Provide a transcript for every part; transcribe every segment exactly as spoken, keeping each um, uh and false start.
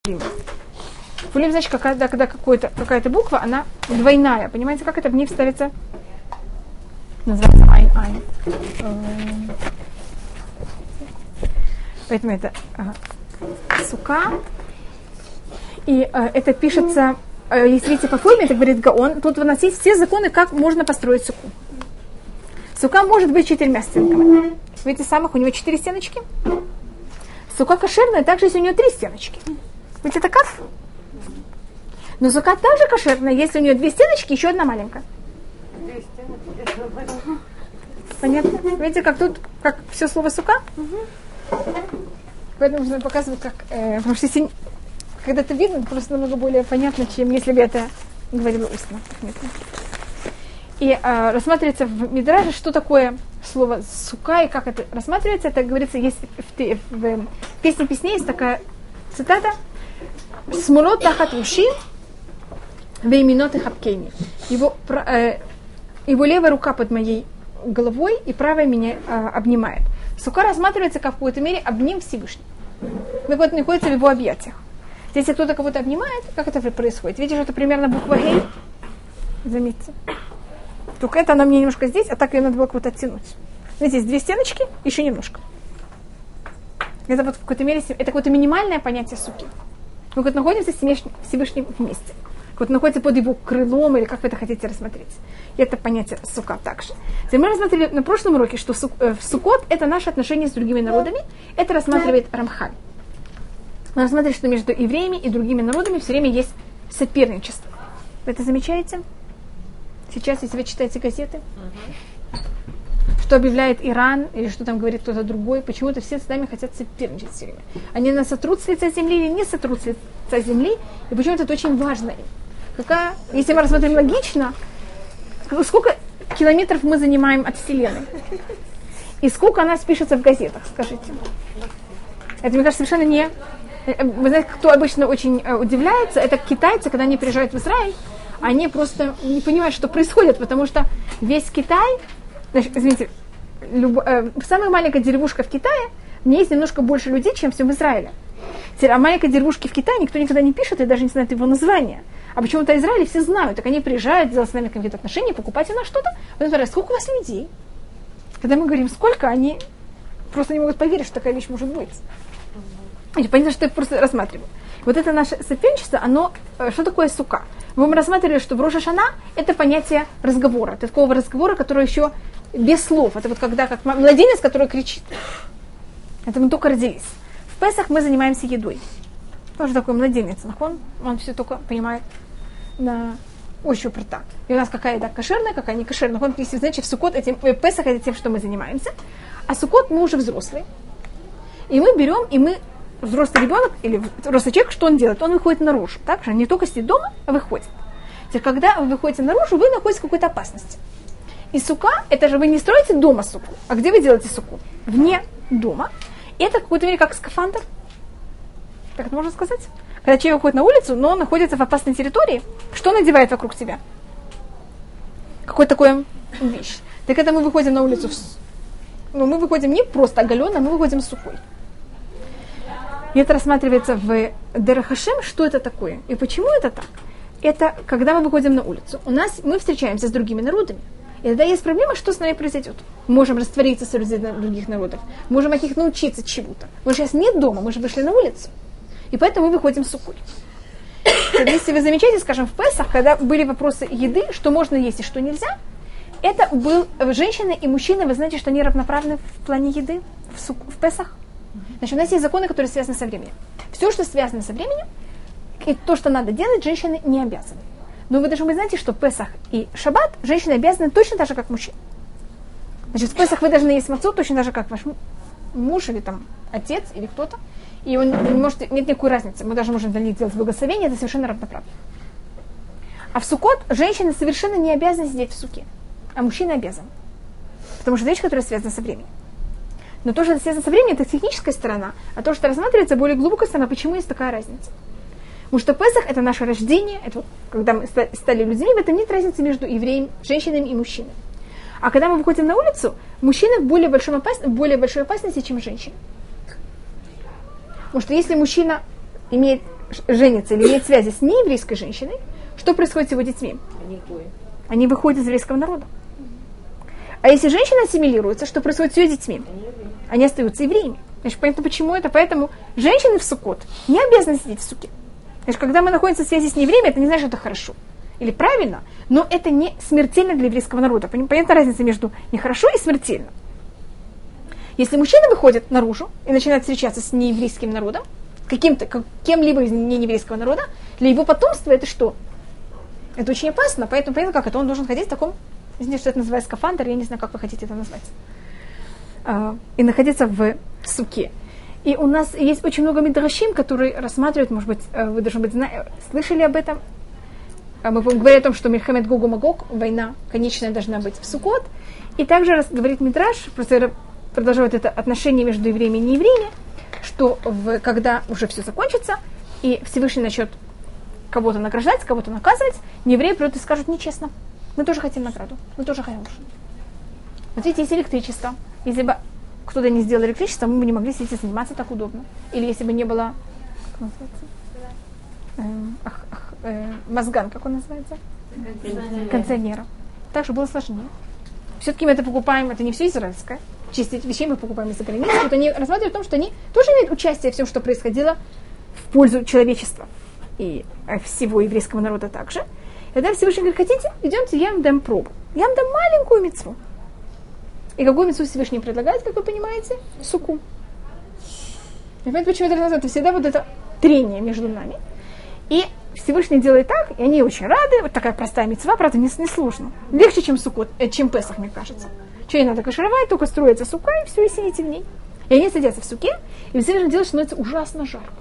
Фулим, значит, когда, когда какая-то буква, она двойная. Понимаете, как это в ней вставится? Называется айн-айн. Поэтому это ага, сука. И э, это пишется, э, если видите по форме, это говорит Гаон. Тут у нас есть все законы, как можно построить суку. Сука может быть четырьмя стенками. Видите, самых у него четыре стеночки. Сука кошерная, также если у нее три стеночки. Ведь это каф. Но сука также кошерная, если у нее две стеночки, еще одна маленькая. Две стеночки. Понятно? Видите, как тут, как все слово сука? Угу. Поэтому нужно показывать, как... Э, потому что если, когда это видно, просто намного более понятно, чем если бы это говорила устно. И э, рассматривается в Мидраше, что такое слово сука и как это рассматривается. Это говорится, есть в, в, в, в песне песней есть такая цитата: «Смолот тахат уши, вейминот и хапкейни». Его, э, его левая рука под моей головой и правая меня э, обнимает. Сука рассматривается как в какой-то мере обним Всевышний. Вот находится в его объятиях. Если кто-то кого-то обнимает, как это происходит? Видите, что это примерно буква Гей? Заметьте. Только это она мне немножко здесь, а так ее надо было куда-то оттянуть. Видите, здесь две стеночки, еще немножко. Это вот в какой-то мере, это какое-то минимальное понятие суки. Мы вот находимся с Всевышним вместе. Вот находится под его крылом, или как вы это хотите рассмотреть. И это понятие сука также. Мы рассмотрели на прошлом уроке, что суккот — это наши отношения с другими народами. Это рассматривает Рамхаль. Мы рассмотрели, что между евреями и другими народами все время есть соперничество. Вы это замечаете? Сейчас, если вы читаете газеты, uh-huh. что объявляет Иран, или что там говорит кто-то другой, почему-то все с нами хотят соперничать все время. Они нас сотрут с лица земли или не сотрут с лица земли, и почему-то это очень важно им. Какая, если мы рассмотрим логично, сколько километров мы занимаем от Вселенной? И сколько о нас пишется в газетах, скажите? Это, мне кажется, совершенно не... Вы знаете, кто обычно очень удивляется, это китайцы, когда они приезжают в Израиль, они просто не понимают, что происходит, потому что весь Китай, значит, извините, люб, э, самая маленькая деревушка в Китае, в ней есть немножко больше людей, чем в всем Израиле. А маленькой деревушки в Китае никто никогда не пишет и даже не знает его название. А почему-то Израиль все знают, так они приезжают, делать с нами какие-то отношения, покупать у нас что-то. Они говорят: сколько у вас людей? Когда мы говорим сколько, они просто не могут поверить, что такая вещь может быть. И понятно, что я просто рассматриваю. Вот это наше соперничество, оно, что такое сука? Мы рассматривали, что в Рош ха-Шана это понятие разговора, такого разговора, который еще без слов. Это вот когда как младенец, который кричит. Это мы только родились. В Песах мы занимаемся едой. Тоже такой младенец, он, он все только понимает на ощупь рта. И у нас какая еда кошерная, какая не кошерная. Он, если знаете, в Суккот, этим, в Песах это тем, что мы занимаемся. А Суккот мы уже взрослые. И мы берем, и мы взрослый ребенок или взрослый человек, что он делает? Он выходит наружу. Так же, не только сидит дома, а выходит. Теперь, когда вы выходите наружу, вы находитесь в какой-то опасности. И сука, это же вы не строите дома суку. А где вы делаете суку? Вне дома. И это в какой-то мере как скафандр. Так это можно сказать? Когда человек выходит на улицу, но он находится в опасной территории, что он надевает вокруг себя? Какой такой вещь. Так когда мы выходим на улицу, ну, мы выходим не просто оголенно, мы выходим с сукой. И это рассматривается в Дерех ха-Шем, что это такое. И почему это так? Это когда мы выходим на улицу. У нас, мы встречаемся с другими народами. И тогда есть проблема, что с нами произойдет. Мы можем раствориться среди других народов. Мы можем от них научиться чему-то. Мы же сейчас нет дома, мы же вышли на улицу. И поэтому мы выходим с сукой. Если вы замечаете, скажем, в Песах, когда были вопросы еды, что можно есть и что нельзя, это был женщины и мужчины, вы знаете, что они равноправны в плане еды в, сук, в Песах? Значит, у нас есть законы, которые связаны со временем. Все, что связано со временем, и то, что надо делать, женщины не обязаны. Но вы даже вы знаете, что Песах и Шаббат женщины обязаны точно так же, как мужчины. Значит, в Песах вы должны есть мацу точно так же, как ваш муж или там отец или кто-то. И он не может, нет никакой разницы. Мы даже можем для них делать благословение, это совершенно равноправно. А в Суккот женщины совершенно не обязаны сидеть в суке, а мужчины обязаны. Потому что это вещь, которая связана со временем. Но то, что связано со временем, это техническая сторона, а то, что рассматривается, более глубокая сторона. Почему есть такая разница? Потому что Песах — это наше рождение, это вот, когда мы стали людьми, в этом нет разницы между евреями, женщинами и мужчинами. А когда мы выходим на улицу, мужчины в более, большом опас... в более большой опасности, чем женщины. Потому что если мужчина имеет женится или имеет связи с нееврейской женщиной, что происходит с его детьми? Они выходят из еврейского народа. А если женщина ассимилируется, что происходит с ее детьми? Они остаются евреями. Значит, понятно, почему это? Поэтому женщины в Суккот не обязаны сидеть в суке. Значит, когда мы находимся в связи с неевреями, это не значит, что это хорошо или правильно, но это не смертельно для еврейского народа. Понятна разница между нехорошо и смертельно. Если мужчина выходит наружу и начинает встречаться с нееврейским народом, каким-то, кем-либо из нееврейского народа, для его потомства это что? Это очень опасно, поэтому понятно, как это, он должен ходить в таком, извините, что это называется скафандр, я не знаю, как вы хотите это назвать, а, и находиться в суке. И у нас есть очень много мидрашим, которые рассматривают, может быть, вы, должны быть, зна- слышали об этом. Мы говорим о том, что Мильхамет Гог и Магог, война конечная должна быть в Суккот. И также говорит Мидраш, просто продолжает это отношение между евреями и неевреями, что в, когда уже все закончится, и Всевышний начнет кого-то награждать, кого-то наказывать, неевреи придут и скажут: нечестно, мы тоже хотим награду, мы тоже хотим. Вот видите, есть электричество. Если бы кто-то не сделал электричество, мы бы не могли сидеть и заниматься так удобно. Или если бы не было, как называется? Эм, ах, ах, э, мозган, как он называется? Кондиционера. Кондиционера. Так что было сложнее. Все-таки мы это покупаем, это не все израильское. Часть вещей мы покупаем из-за границы. Вот они рассматривают о том, что они тоже имеют участие в всем, что происходило в пользу человечества и всего еврейского народа также. И тогда Всевышний говорит: хотите, идемте, я вам дам пробу. Я вам дам маленькую мицву. И какую мицву Всевышний предлагает, как вы понимаете? Суку. И понимаете, почему это называется? Это всегда вот это трение между нами. И Всевышний делает так, и они очень рады. Вот такая простая мицва, правда, не, не сложно. Легче, чем сукот, э, чем Песах, мне кажется. Что ей надо кашировать, только строится сука, и все, и сидите в ней. И они садятся в суке, и Всевышний делает, что становится ужасно жарко.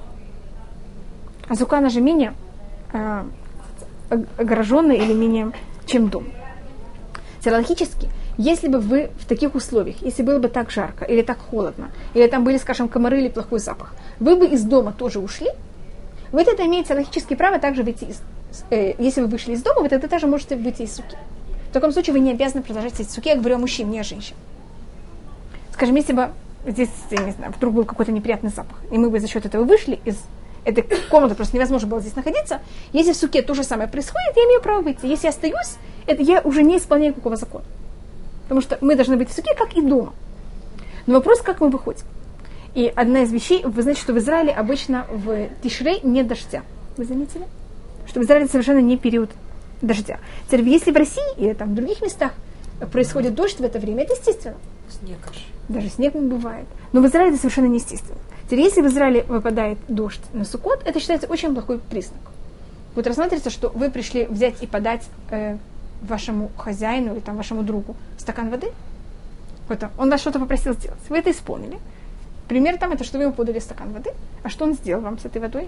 А сука, она же менее э, огороженная или менее, чем дом. Теологически, если бы вы в таких условиях, если было бы так жарко, или так холодно, или там были, скажем, комары или плохой запах, вы бы из дома тоже ушли, вы тогда имеете логическое право также выйти из... Э, если вы вышли из дома, вы тогда также можете выйти из суки. В таком случае вы не обязаны продолжать сидеть в суке. Я говорю о мужчине, не о женщине. Скажем, если бы здесь, я не знаю, вдруг был какой-то неприятный запах, и мы бы за счет этого вышли из этой комнаты, просто невозможно было здесь находиться, если в суке то же самое происходит, я имею право выйти. Если я остаюсь, это я уже не исполняю какого закона. Потому что мы должны быть в суке, как и дома. Но вопрос, как мы выходим. И одна из вещей, вы знаете, что в Израиле обычно в Тишрей нет дождя. Вы заметили? Что в Израиле совершенно не период дождя. Теперь, если в России или там в других местах происходит дождь в это время, это естественно. Снег аж. Даже снег не бывает. Но в Израиле это совершенно неестественно. Теперь, если в Израиле выпадает дождь на Суккот, это считается очень плохой признак. Вот рассматривается, что вы пришли взять и подать э, вашему хозяину или там вашему другу стакан воды. Вот он вас что-то попросил сделать. Вы это исполнили. Пример там это, что вы ему подали стакан воды. А что он сделал вам с этой водой?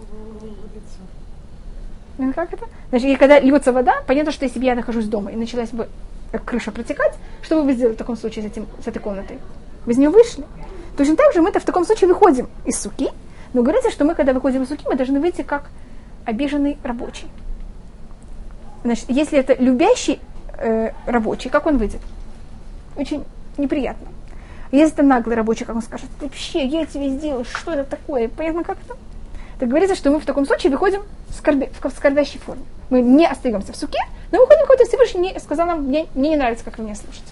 Ну, как это? Значит, и когда льется вода, понятно, что если бы я нахожусь дома и началась бы крыша протекать, что бы вы сделали в таком случае с, этим, с этой комнатой? Вы из нее вышли. Точно так же мы-то в таком случае выходим из суки, но говорится, что мы, когда выходим из суки, мы должны выйти как обиженный рабочий. Значит, если это любящий э, рабочий, как он выйдет? Очень неприятно. Если это наглый рабочий, как он скажет: вообще, я тебе сделал, что это такое? Понятно, как это? Так говорится, что мы в таком случае выходим в, скорби, в скорбящей форме. Мы не остаемся в суке, но выходим в какой-то Всевышний, не сказал нам: мне, мне не нравится, как вы меня слушаете.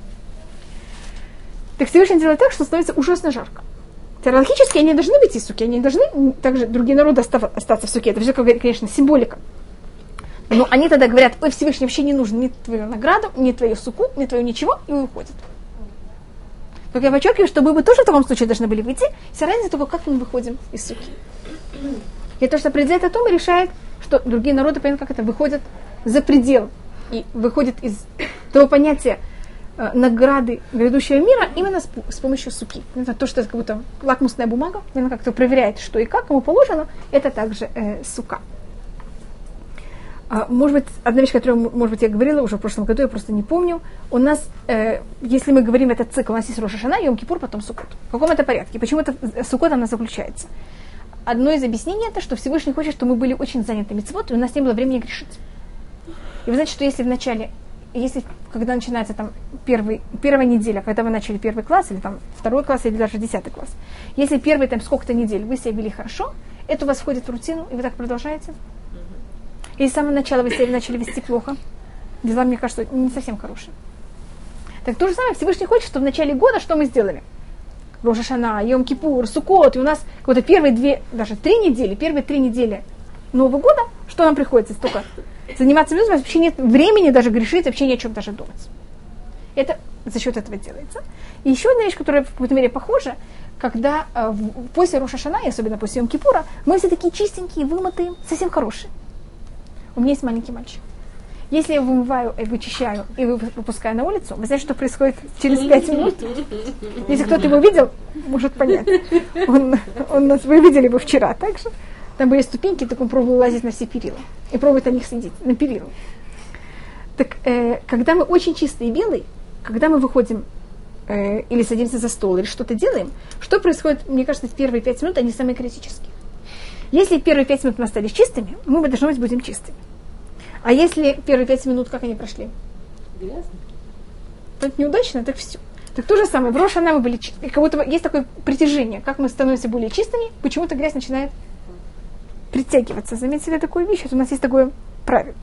Так Всевышний делает так, что становится ужасно жарко. Теологически они должны быть из суки, они не должны также другие народы остаться в суке. Это все, конечно, символика. Но они тогда говорят: ой, Всевышний вообще не нужен ни твою награду, ни твою суку, ни твою ничего, и уходят. Только я подчеркиваю, что мы бы тоже в таком случае должны были выйти. Вся разница только, как мы выходим из суки. И то, что определяет о том, решает, что другие народы, понятно, как это, выходят за предел и выходят из того понятия э, награды грядущего мира именно с, с помощью суки. Это то, что это как будто лакмусная бумага, именно как-то проверяет, что и как ему положено, это также э, сука. А, может быть, одна вещь, которую, может быть, я говорила уже в прошлом году, я просто не помню. У нас, э, если мы говорим этот цикл, у нас есть Рош ха-Шана, Йом-Кипур, потом Суккот. В каком это порядке? Почему это Суккот у нас заключается? Одно из объяснений это, что Всевышний хочет, чтобы мы были очень заняты мицвот, и у нас не было времени грешить. И вы знаете, что если в начале, если, когда начинается там первый, первая неделя, когда вы начали первый класс, или там второй класс, или даже десятый класс, если первые там сколько-то недель вы себя вели хорошо, это у вас входит в рутину, и вы так продолжаете. И с самого начала вы себя начали вести плохо. Дела, мне кажется, не совсем хорошие. Так то же самое Всевышний хочет, что в начале года что мы сделали? Рош ха-Шана, Йом-Кипур, Суккот, и у нас какие-то первые две, даже три недели, первые три недели Нового года, что нам приходится столько заниматься минутами, вообще нет времени даже грешить, вообще ни о чем даже думать. Это за счет этого делается. И еще одна вещь, которая в какой-то мере похожа, когда э, в, после Рош ха-Шана, и особенно после Йом-Кипура, мы все такие чистенькие, вымытые, совсем хорошие. У меня есть маленький мальчик. Если я вымываю и вычищаю, и выпускаю на улицу, вы знаете, что происходит через пять минут? Если кто-то его видел, может понять. Он, он нас, вы видели его вчера также. Там были ступеньки, так он пробовал лазить на все перила. И пробует на них сидеть, на перила. Так, э, когда мы очень чистые и белые, когда мы выходим э, или садимся за стол, или что-то делаем, что происходит, мне кажется, в первые пять минут, они самые критические. Если первые пять минут мы остались чистыми, мы, должно быть, будем чистыми. А если первые пять минут, как они прошли? Грязно. Это неудачно, так все. Так то же самое, в Рош ха-Шана мы были чистыми. Как будто есть такое притяжение, как мы становимся более чистыми, почему-то грязь начинает притягиваться. Заметьте себе такую вещь, это у нас есть такое правило.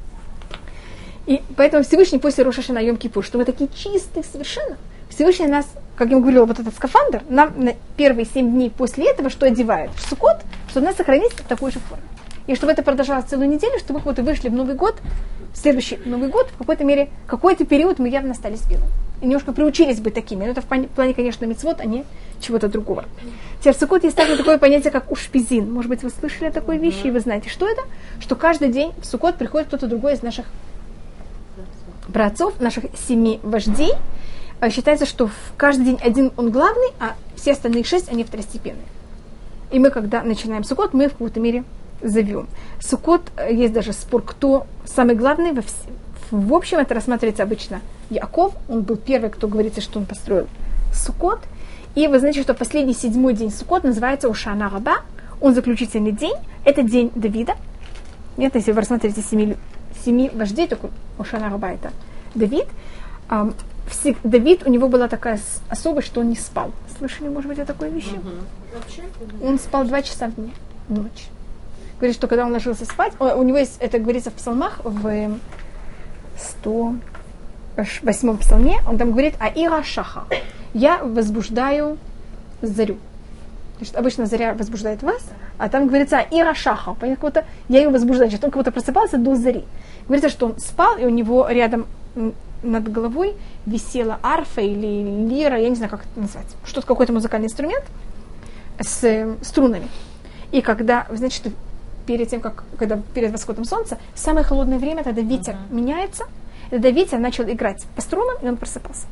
И поэтому Всевышний после Рош ха-Шана Йом-Кипур, что мы такие чистые совершенно, Всевышний нас, как я говорила, вот этот скафандр, нам на первые семь дней после этого что одевает? В Суккот, чтобы нас сохранить в такой же форме. И чтобы это продолжалось целую неделю, чтобы мы вот и вышли в Новый год, в следующий Новый год, в какой-то мере, какой-то период мы явно стали белыми. И немножко приучились быть такими. Но это в плане, конечно, мицвот, а не чего-то другого. Теперь в Суккот есть также такое понятие, как ушпизин. Может быть, вы слышали о такой вещи, и вы знаете, что это? Что каждый день в Суккот приходит кто-то другой из наших праотцов, наших семи вождей. Считается, что в каждый день один он главный, а все остальные шесть, они второстепенные. И мы, когда начинаем Суккот, мы в какой-то мере зовем. Суккот, есть даже спор, кто самый главный. Во вс... В общем, это рассматривается обычно Яков. Он был первый, кто говорится, что он построил Суккот. И вы знаете, что последний седьмой день Суккот называется Ошана Раба. Он заключительный день. Это день Давида. Нет, если вы рассмотрите семи, семи вождей, только Ошана Раба это Давид. Um, все, Давид, у него была такая особость, что он не спал. Слышали, может быть, о такой вещи? Угу. Он спал два часа в день, в ночь. Говорит, что когда он ложился спать, у него есть, это говорится в псалмах, в сто восьмом псалме, он там говорит «Аира шаха». Я возбуждаю зарю. Значит, обычно заря возбуждает вас, а там говорится «Аира шаха». Понятно, я ее возбуждаю. Значит, он как будто просыпался до зари. Говорится, что он спал, и у него рядом над головой висела арфа или лира, я не знаю, как это назвать. Что-то, какой-то музыкальный инструмент с э, струнами. И когда, вы знаете, что перед тем, как, когда перед восходом солнца, самое холодное время, тогда ветер uh-huh. меняется, и тогда ветер начал играть по струнам, и он просыпался.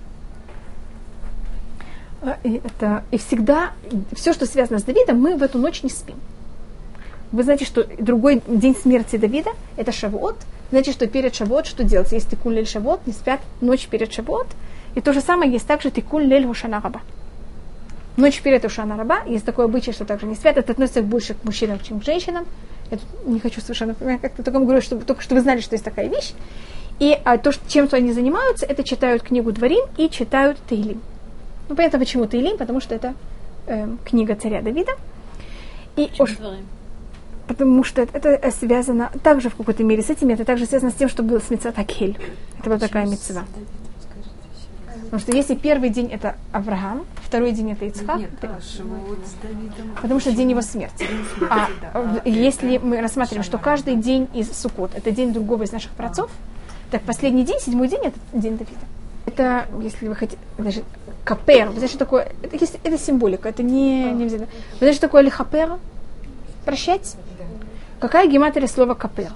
И, это, и всегда, все, что связано с Давидом, мы в эту ночь не спим. Вы знаете, что другой день смерти Давида, это Шавуот. Знаете, что перед Шавуот что делать? Есть тикун лель Шавуот, не спят ночь перед Шавуот. И то же самое есть также тикун лель Ошана Раба. Ночь перед Ошана Раба, есть такое обычай, что также не спят. Это относится больше к мужчинам, чем к женщинам. Я тут не хочу совершенно понимать, как-то только говорю, чтобы, только что вы знали, что есть такая вещь. И а, то, чем что они занимаются, это читают книгу Дворим и читают Теилим. Ну, понятно, почему Теилим, потому что это э, книга царя Давида. И Ош... Потому что это, это связано также в какой-то мере с этим, это также связано с тем, что было с мицват Акель. Это была такая мицва. Потому что если первый день это Авраам, второй день это Ицхак, Нет, это... вот потому что день его смерти. А да, если мы рассматриваем, что каждый день из Суккот это день другого из наших праотцов, так последний день, седьмой день это день Давида. Это, если вы хотите, даже капер, вы знаете, что такое? Это, это символика, это не, не обязательно. Вы знаете, что такое лихапер? Прощать? Какая гематрия слова капер?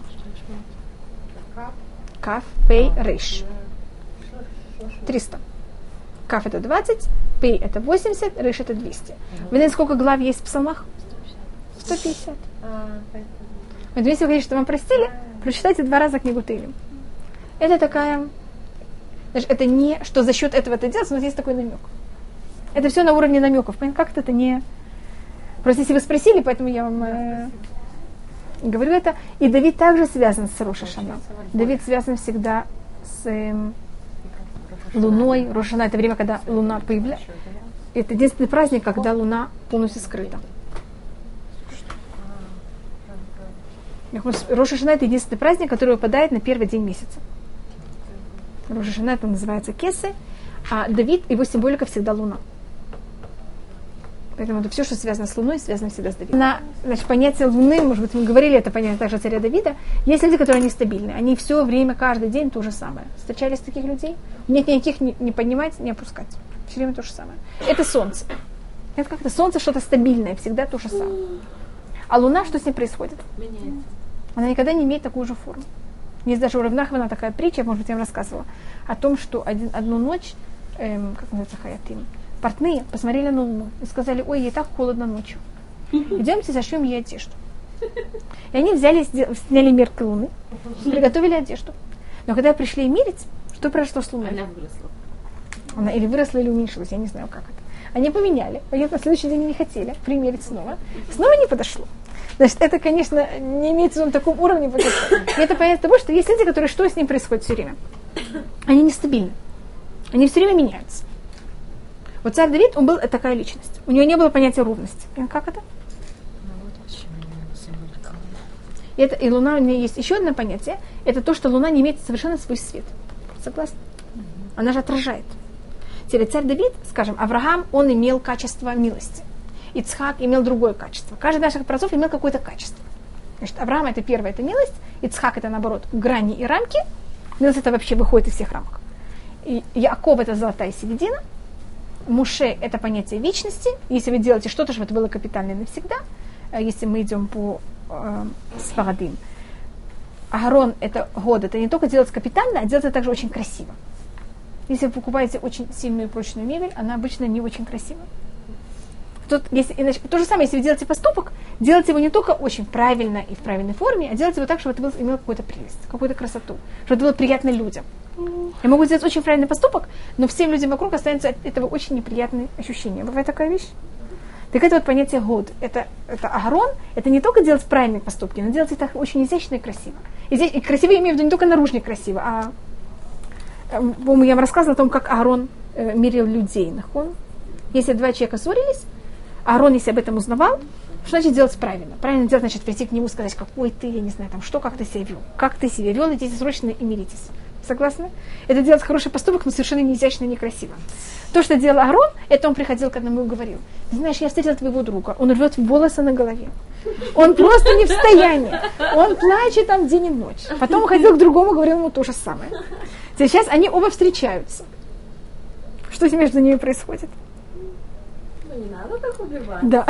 Каф, пей, рейш. триста. Каф это двадцать, пей это восемьдесят, рейш это двести. Вы знаете, сколько глав есть в псалмах? сто пятьдесят. Вот если вы хотите, что вам простили, прочитайте два раза книгу Теилим. Это такая... Это не, что за счет этого это делается, но есть такой намек. Это все на уровне намеков. Как-то это не... Просто если вы спросили, поэтому я вам э, говорю это. И Давид также связан с Рош ха-Шана. Давид связан всегда с э, луной. Рош ха-Шана — это время, когда луна появляется. Это единственный праздник, когда луна полностью скрыта. Рош ха-Шана — это единственный праздник, который выпадает на первый день месяца. Рош ха-Шана — это называется Кесы, а Давид, его символика всегда луна. Поэтому это все, что связано с Луной, связано всегда с Давидом. На, значит, понятие Луны, может быть, мы говорили, это понятие также царя Давида. Есть люди, которые нестабильны. Они все время, каждый день то же самое. Встречались таких людей? Нет никаких не, не поднимать, не опускать. Все время то же самое. Это солнце. Это как-то солнце что-то стабильное, всегда то же самое. А Луна, что с ней происходит? Меняется. Она никогда не имеет такую же форму. Есть даже у Рав Нахмана такая притча, может быть, я вам рассказывала, о том, что один, одну ночь, эм, как называется, Хаятим, портные посмотрели на Луну и сказали: ой, ей так холодно ночью. Идемте, зашьем ей одежду. И они взяли, сняли мерки Луны, приготовили одежду. Но когда пришли мерить, что произошло с Луной? Она выросла. Она или выросла, или уменьшилась, я не знаю, как это. Они поменяли. Они на следующий день не хотели примерить снова. Снова не подошло. Значит, это, конечно, не имеется на таком уровне. И это понятно того, что есть люди, которые, что с ним происходит все время? Они нестабильны. Они все время меняются. Вот царь Давид, он был такая личность. У него не было понятия ровности. И как это? И, это, и Луна, у нее есть еще одно понятие. Это то, что Луна не имеет совершенно свой свет. Согласны? Она же отражает. Теперь царь Давид, скажем, Авраам, он имел качество милости. Ицхак имел другое качество. Каждый из наших праотцов имел какое-то качество. Значит, Авраам это первое, это милость. Ицхак это, наоборот, грани и рамки. Милость это вообще выходит из всех рамок. И Яаков это золотая середина. Муше – это понятие вечности. Если вы делаете что-то, чтобы это было капитально навсегда, если мы идем по э, Сфарадим. Агарон – это год, это не только делать капитально, а делать это также очень красиво. Если вы покупаете очень сильную и прочную мебель, она обычно не очень красивая. Тут, если, иначе, то же самое, если вы делаете поступок, делайте его не только очень правильно и в правильной форме, а делайте его так, чтобы это было, имело какую-то прелесть, какую-то красоту, чтобы это было приятно людям. Я могу сделать очень правильный поступок, но всем людям вокруг останется от этого очень неприятные ощущения. Бывает такая вещь? Так это вот понятие год. Это, это Агарон, это не только делать правильные поступки, но делать это очень изящно и красиво. И, здесь, и красиво я имею в виду не только наружно красиво, а по-моему, я вам рассказывала о том, как Аарон э, мерил людей. Нахон. Если два человека ссорились, Аарон, если об этом узнавал, что значит делать правильно? Правильно делать, значит, прийти к нему и сказать: какой ты, я не знаю, там, что, как ты себя вел. Как ты себя вел, идите срочно и миритесь. Согласны? Это делать хороший поступок, но совершенно не изящно и некрасиво. То, что делал Аарон, это он приходил к одному и говорил: знаешь, я встретил твоего друга, он рвет волосы на голове. Он просто не в состоянии. Он плачет там день и ночь. Потом уходил к другому и говорил ему то же самое. Сейчас они оба встречаются. Что между ними происходит? Ну, не надо так убивать. Да.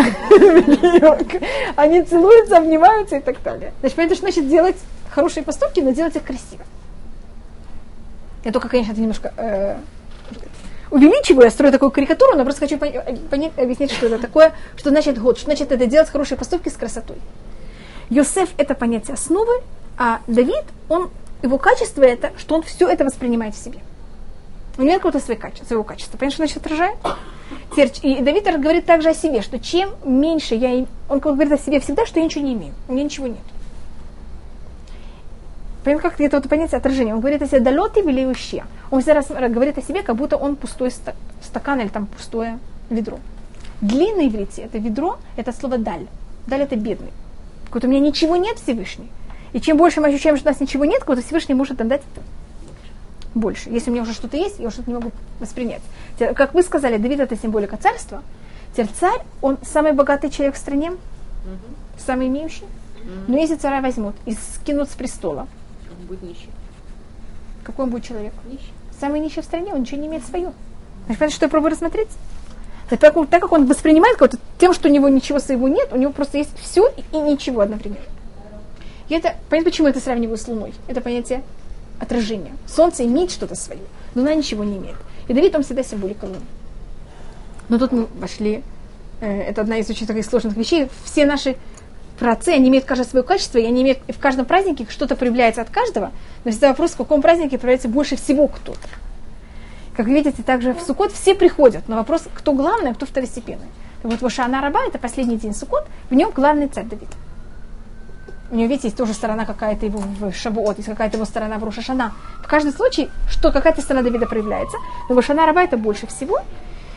Они целуются, обнимаются и так далее. Значит, понятно, что значит делать хорошие поступки, но делать их красиво. Я только, конечно, это немножко э, увеличиваю, я строю такую карикатуру, но просто хочу понять, объяснить, что это такое, что значит год, что значит это делать хорошие поступки с красотой. Йосеф – это понятие основы, а Давид, он, его качество – это, что он все это воспринимает в себе. У него нет какого-то своего качества, своего качества. Понимаешь, что значит отражает? И Давид говорит также о себе, что чем меньше я... Он говорит о себе всегда, что я ничего не имею, у меня ничего нет. Понимаете, как это вот понятие отражения? Он говорит о себе «далёт и велиющие». Он всегда раз говорит о себе, как будто он пустой стакан или там пустое ведро. Длинное иврите – это ведро, это слово «даль». «Даль» – это бедный. Вот у меня ничего нет Всевышний. И чем больше мы ощущаем, что у нас ничего нет, то Всевышний может нам дать больше. Если у меня уже что-то есть, я уже что-то не могу воспринять. Теперь, как вы сказали, Давид – это символика царства. Теперь царь, он самый богатый человек в стране, mm-hmm. самый имеющий. Mm-hmm. Но если царя возьмут и скинут с престола, он будет нищий. Какой он будет человек? Нищий. Самый нищий в стране, он ничего не имеет свое. Значит, понятно, что я пробую рассмотреть? Так, так как он воспринимает кого-то тем, что у него ничего своего нет, у него просто есть все и, и ничего одновременно. И это, понятно, почему это сравниваю с Луной? Это понятие отражения. Солнце имеет что-то свое, Луна ничего не имеет. И Давид, он всегда символика Луны. Но тут мы вошли, э, это одна из очень таких сложных вещей. Все наши праотцы, они имеют каждое свое качество, и они имеют, и в каждом празднике что-то проявляется от каждого, но всегда вопрос, в каком празднике проявляется больше всего кто-то. Как вы видите, также в Суккот все приходят, но вопрос, кто главный, а кто второстепенный. И вот Вошана Раба, это последний день Суккот, в нем главный царь Давид. У него, видите, есть тоже сторона какая-то его в Шавуот, есть какая-то его сторона в Рош ха-Шана. В каждом случае, что какая-то сторона Давида проявляется, но Вошана Раба это больше всего.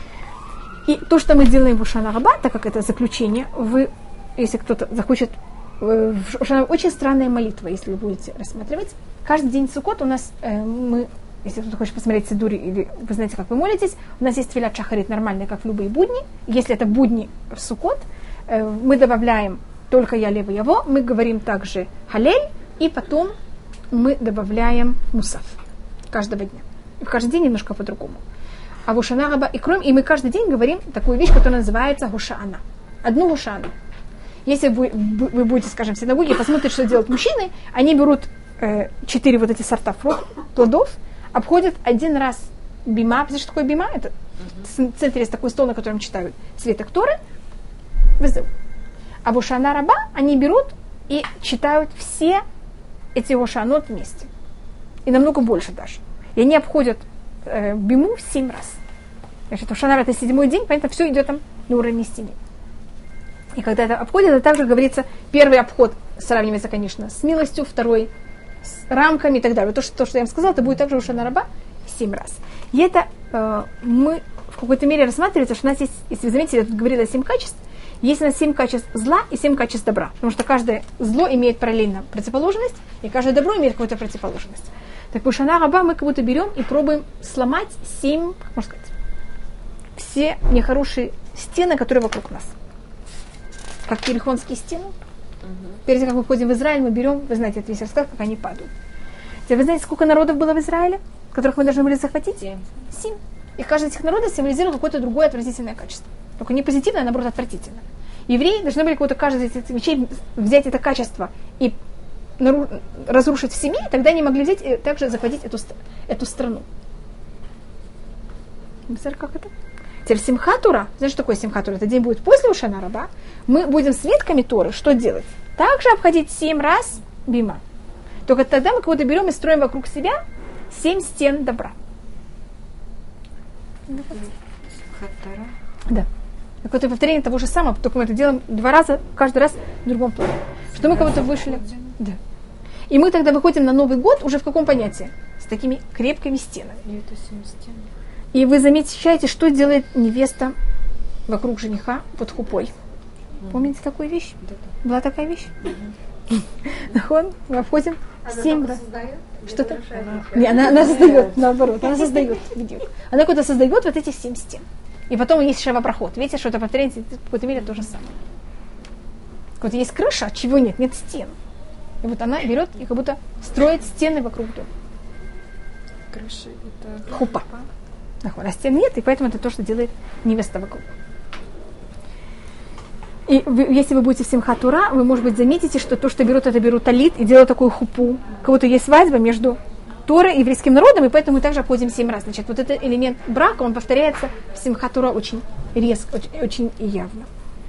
И то, что мы делаем в Вошана Раба, так как это заключение, вы, если кто-то захочет очень странная молитва, если вы будете рассматривать. Каждый день Суккот у нас, э, мы, если кто-то хочет посмотреть Сидури, или вы знаете, как вы молитесь, у нас есть тфилат шахарит нормальная, как в любые будни. Если это будни в Суккот, э, мы добавляем только я, лева, яво, мы говорим также халель, и потом мы добавляем мусав каждого дня. И каждый день немножко по-другому. А в Ошана Раба, и кроме, и мы каждый день говорим такую вещь, которая называется Гошаана. Одну Гошану. Если вы, вы будете, скажем, в синагоге, посмотрите, что делают мужчины, они берут э, четыре вот эти сорта фруктов, плодов, обходят один раз бима. Знаете, что такое бима? Это uh-huh. в центре есть такой стол, на котором читают свиток Торы. А в Ошана Раба они берут и читают все эти Ошанот вместе. И намного больше даже. И они обходят э, биму в семь раз. Значит, Ошана Раба это седьмой день, поэтому все идет там на уровне стены. И когда это обходит, это также говорится, первый обход сравнивается, конечно, с милостью, второй с рамками и так далее. То, что, то, что я вам сказала, это будет также Ошана Раба семь раз. И это э, мы в какой-то мере рассматривается, что у нас есть, если вы заметили, я тут говорила семь качеств, есть у нас семь качеств зла и семь качеств добра. Потому что каждое зло имеет параллельно противоположность, и каждое добро имеет какую-то противоположность. Так в Ошана Раба мы как будто берем и пробуем сломать семь, как можно сказать, все нехорошие стены, которые вокруг нас. Как перехонские стены. Uh-huh. Перед тем, как мы входим в Израиль, мы берем, вы знаете, это весь рассказ, как они падают. Теперь вы знаете, сколько народов было в Израиле, которых мы должны были захватить? Семь. Семь. И каждый из этих народов символизировал какое-то другое отвратительное качество. Только не позитивное, а наоборот отвратительное. Евреи должны были какое-то каждый из этих вещей взять это качество и нару- разрушить в семье, тогда они могли взять и также захватить эту, эту страну. Вы знаете, как это? Теперь Симхат Тора, знаете, что такое Симхат Тора? Это день будет после Ошана Раба. Мы будем свитками Торы что делать? Также обходить семь раз бима. Только тогда мы кого-то берем и строим вокруг себя семь стен добра. Симхат Тора. Да. Какое-то повторение того же самого, только мы это делаем два раза, каждый раз в другом плане. Что мы кого-то вышли. Да. И мы тогда выходим на Новый год уже в каком понятии? С такими крепкими стенами. И это семь стен. И вы замечаете, что делает невеста вокруг жениха под хупой. Mm-hmm. Помните такую вещь? Mm-hmm. Была такая вещь? Mm-hmm. Мы обходим семь раз. Что-то? Не, она, она создает, наоборот, она создает. Она куда-то создает вот эти семь стен. И потом есть шава-проход. Видите, что это повторяется, в какой-то мере то же самое. Вот есть крыша, чего нет? Нет стен. И вот она берет и как будто строит стены вокруг дома. Крыша это хупа. А стен нет, и поэтому это то, что делает невеста вокруг. И вы, если вы будете в Симхат Тора, вы, может быть, заметите, что то, что берут, это берут талит и делают такую хупу. Как будто есть свадьба между Торой и еврейским народом, и поэтому мы также обходим семь раз. Значит, вот этот элемент брака, он повторяется в Симхат Тора очень резко, очень, очень явно.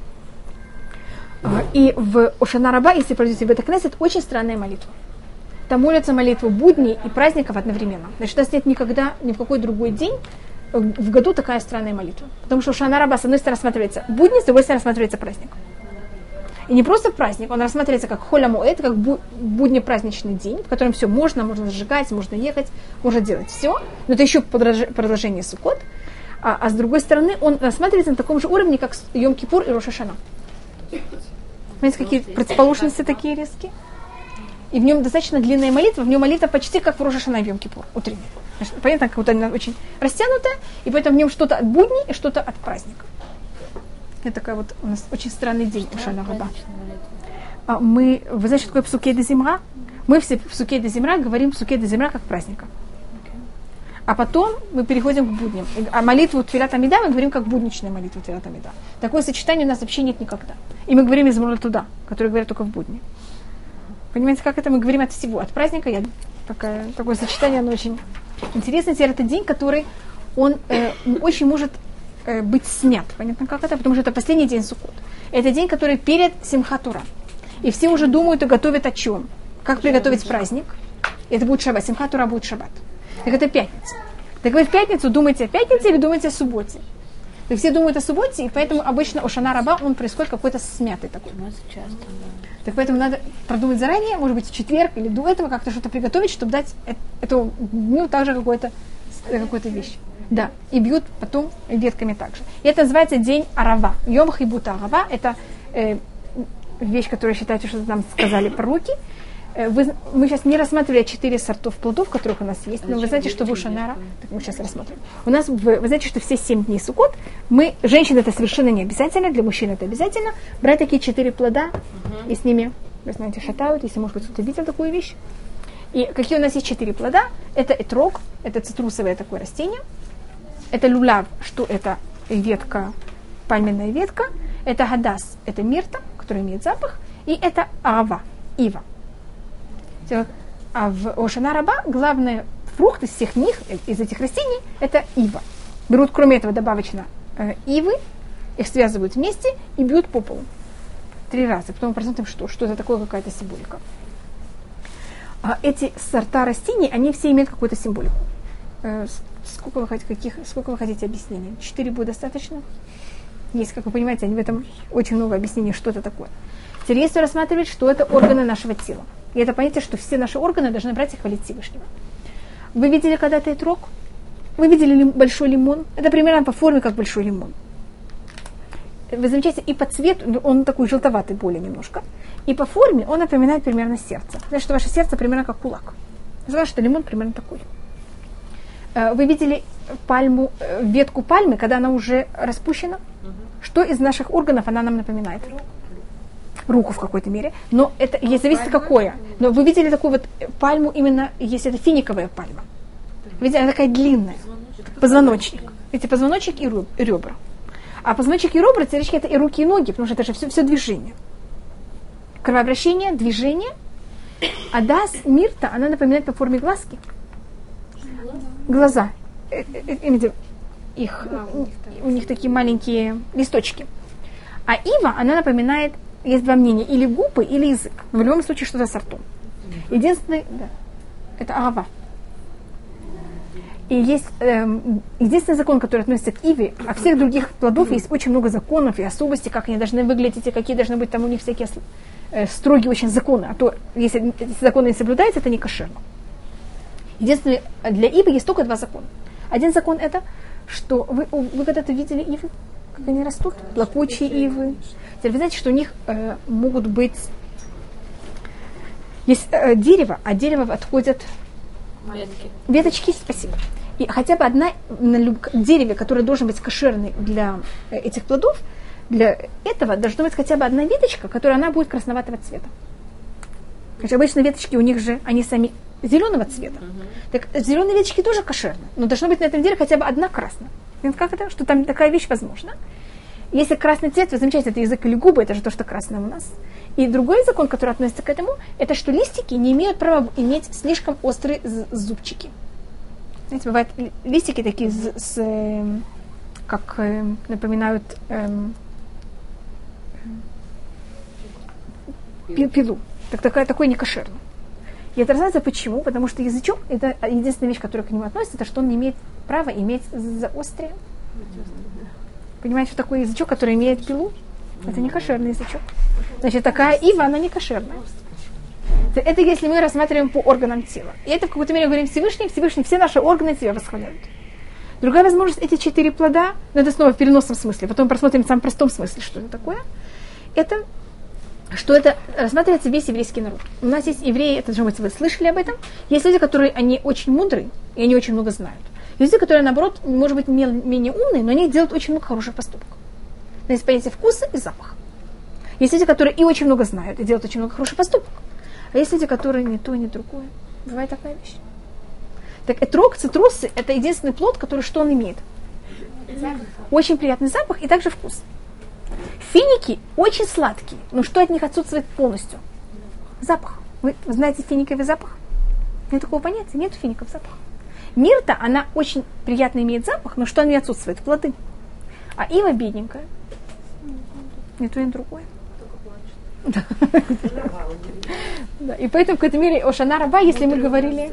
И в Ошана Раба, если пройдете в Бет-Кнесет, очень странная молитва. Там молятся молитву будней и праздников одновременно. Значит, у нас нет никогда, ни в какой другой день в году такая странная молитва. Потому что Ошана Раба с одной стороны рассматривается будни, с другой стороны рассматривается праздник. И не просто праздник, он рассматривается как Холь ха-Моэд, как буднепраздничный день, в котором все можно, можно сжигать, можно ехать, можно делать все. Но это еще продолжение Суккот. А, а с другой стороны, он рассматривается на таком же уровне, как Йом-Кипур и Рош ха-Шана. Понимаете, какие противоположности такие резкие? И в нем достаточно длинная молитва, в нем молитва почти как в Рош ха-Шана и в Йом-Кипур, утренняя. Понятно, как будто она очень растянутая, и поэтому в нем что-то от будней и что-то от праздника. Это такой вот у нас очень странный день Ошана Раба. А мы, вы знаете, что такое Псукей де Зимра? Мы все в Псукей де Зимра говорим Псукей де Зимра как праздника. А потом мы переходим к будням. А молитву Тфилат Амида мы говорим как будничная молитва Тфилат Амида. Такое сочетание у нас вообще нет никогда. И мы говорим из Мура туда, который говорят только в будни. Понимаете, как это? Мы говорим от всего. От праздника я такая, такое сочетание, оно очень интересно. Теперь это день, который он э, очень может э, быть снят. Понятно, как это? Потому что это последний день Суккот. Это день, который перед Симхат Тора. И все уже думают и готовят о чем? Как приготовить праздник? Это будет шаббат. Симхат Тора будет шаббат. Так это пятница. Так вы в пятницу думаете о пятнице или думаете о субботе? Так все думают о субботе, и поэтому обычно Ошана Раба, он происходит какой-то смятый такой. Часто, да. Так поэтому надо продумать заранее, может быть, в четверг или до этого как-то что-то приготовить, чтобы дать эту дню также какой-то, какую-то вещь. Да, и бьют потом ветками также. И это называется день Арава. Йом Хибута Арава – это э, вещь, которую считаете, что нам сказали пророки. Вы, мы сейчас не рассматривали четыре сортов плодов, которых у нас есть, но вы знаете, что в Ошанара, так мы сейчас рассмотрим. У нас, вы, вы знаете, что все семь дней Суккот, мы, женщин это совершенно не обязательно, для мужчин это обязательно, брать такие четыре плода uh-huh. и с ними, вы знаете, шатают, если, может быть, кто-то видел такую вещь. И какие у нас есть четыре плода? Это этрог, это цитрусовое такое растение, это люляв, что это ветка, пальменная ветка, это гадас, это мирта, которая имеет запах, и это ава, ива. А в Ошана Раба главный фрукт из всех них, из этих растений, это ива. Берут, кроме этого, добавочно э, ивы, их связывают вместе и бьют по полу. Три раза. Потом мы посмотрим, что, что это такое, какая-то символика. А эти сорта растений, они все имеют какую-то символику. Э, сколько, вы хотите, каких, сколько вы хотите объяснений? Четыре будет достаточно? Есть, как вы понимаете, они в этом очень много объяснений, что это такое. Теперь если рассматривать, что это органы нашего тела. И это понятие, что все наши органы должны брать и хвалить Всевышнего. Вы видели когда-то этрог? Вы видели лим, большой лимон? Это примерно по форме, как большой лимон. Вы замечаете, и по цвету, он такой желтоватый более немножко, и по форме он напоминает примерно сердце. Значит, что ваше сердце примерно как кулак. Знаете, что лимон примерно такой. Вы видели пальму, ветку пальмы, когда она уже распущена? Угу. Что из наших органов она нам напоминает? Руку в какой-то мере, но это а зависит пальма? Какое. Но вы видели такую вот пальму именно, если это финиковая пальма. Видите, она такая длинная. Позвоночник. Позвоночник. Видите, позвоночник и ребра. А позвоночник и ребра, теоретически, это и руки, и ноги, потому что это же все, все движение. Кровообращение, движение. А дас, мирта, она напоминает по форме глазки. Глаза. Глаза. Их, а, у, них у них такие маленькие листочки. А ива, она напоминает, есть два мнения, или губы, или язык. В любом случае, что-то с ртом. Единственный, да, это ава. И есть эм, единственный закон, который относится к иве, а всех других плодов есть очень много законов и особостей, как они должны выглядеть, и какие должны быть там у них всякие э, строгие очень законы. А то, если эти законы не соблюдаются, это не кошерно. Единственное, для ивы есть только два закона. Один закон это, что вы, вы когда-то видели ивы, как они растут? Плакучие ивы. Теперь вы знаете, что у них э, могут быть... Есть э, дерево, от дерева отходят... Ветки. Веточки, спасибо. И хотя бы одна на люб... дереве, которое должен быть кошерной для этих плодов, для этого должна быть хотя бы одна веточка, которая она будет красноватого цвета. Хотя обычно веточки у них же, они сами зеленого цвета. Uh-huh. Так зеленые веточки тоже кошерные, но должна быть на этом дереве хотя бы одна красная. Как это? Что там такая вещь возможна. Если красный цвет, вы замечаете, это язык или губы, это же то, что красное у нас. И другой закон, который относится к этому, это что листики не имеют права иметь слишком острые зубчики. Знаете, бывают листики такие с, с как э, напоминают э, э, пилу. Так, такая, такой некошерный. И это разница почему? Потому что язычок, это единственная вещь, которая к нему относится, это что он не имеет права иметь заострие. Понимаете, что такое язычок, который имеет пилу? Это не кошерный язычок. Значит, такая ива, она не кошерная. Это если мы рассматриваем по органам тела. И это в какой-то мере говорим Всевышний, Всевышний, все наши органы тебя восхваляют. Другая возможность, эти четыре плода, но это снова в переносном смысле, потом просмотрим в самом простом смысле, что это такое. Это, что это рассматривается весь еврейский народ. У нас есть евреи, это, может быть, вы слышали об этом. Есть люди, которые, они очень мудрые, и они очень много знают. Есть люди, которые, наоборот, может быть, менее умные, но они делают очень много хороших поступков. Но есть понятие вкуса и запаха. Есть люди, которые и очень много знают, и делают очень много хороших поступков. А есть люди, которые не то, не другое. Бывает такая вещь. Так этрог, цитрусы, это единственный плод, который что он имеет? Запах. Очень приятный запах и также вкус. Финики очень сладкие, но что от них отсутствует полностью? Запах. Вы, вы знаете финиковый запах? Нет такого понятия, нет фиников запаха. Мирта, она очень приятно имеет запах, но что от нее отсутствует? Плоды. А ива бедненькая. Ни то, ни другое. Да. Да. И поэтому в какой-то мере Ошана Раба, если мы говорили...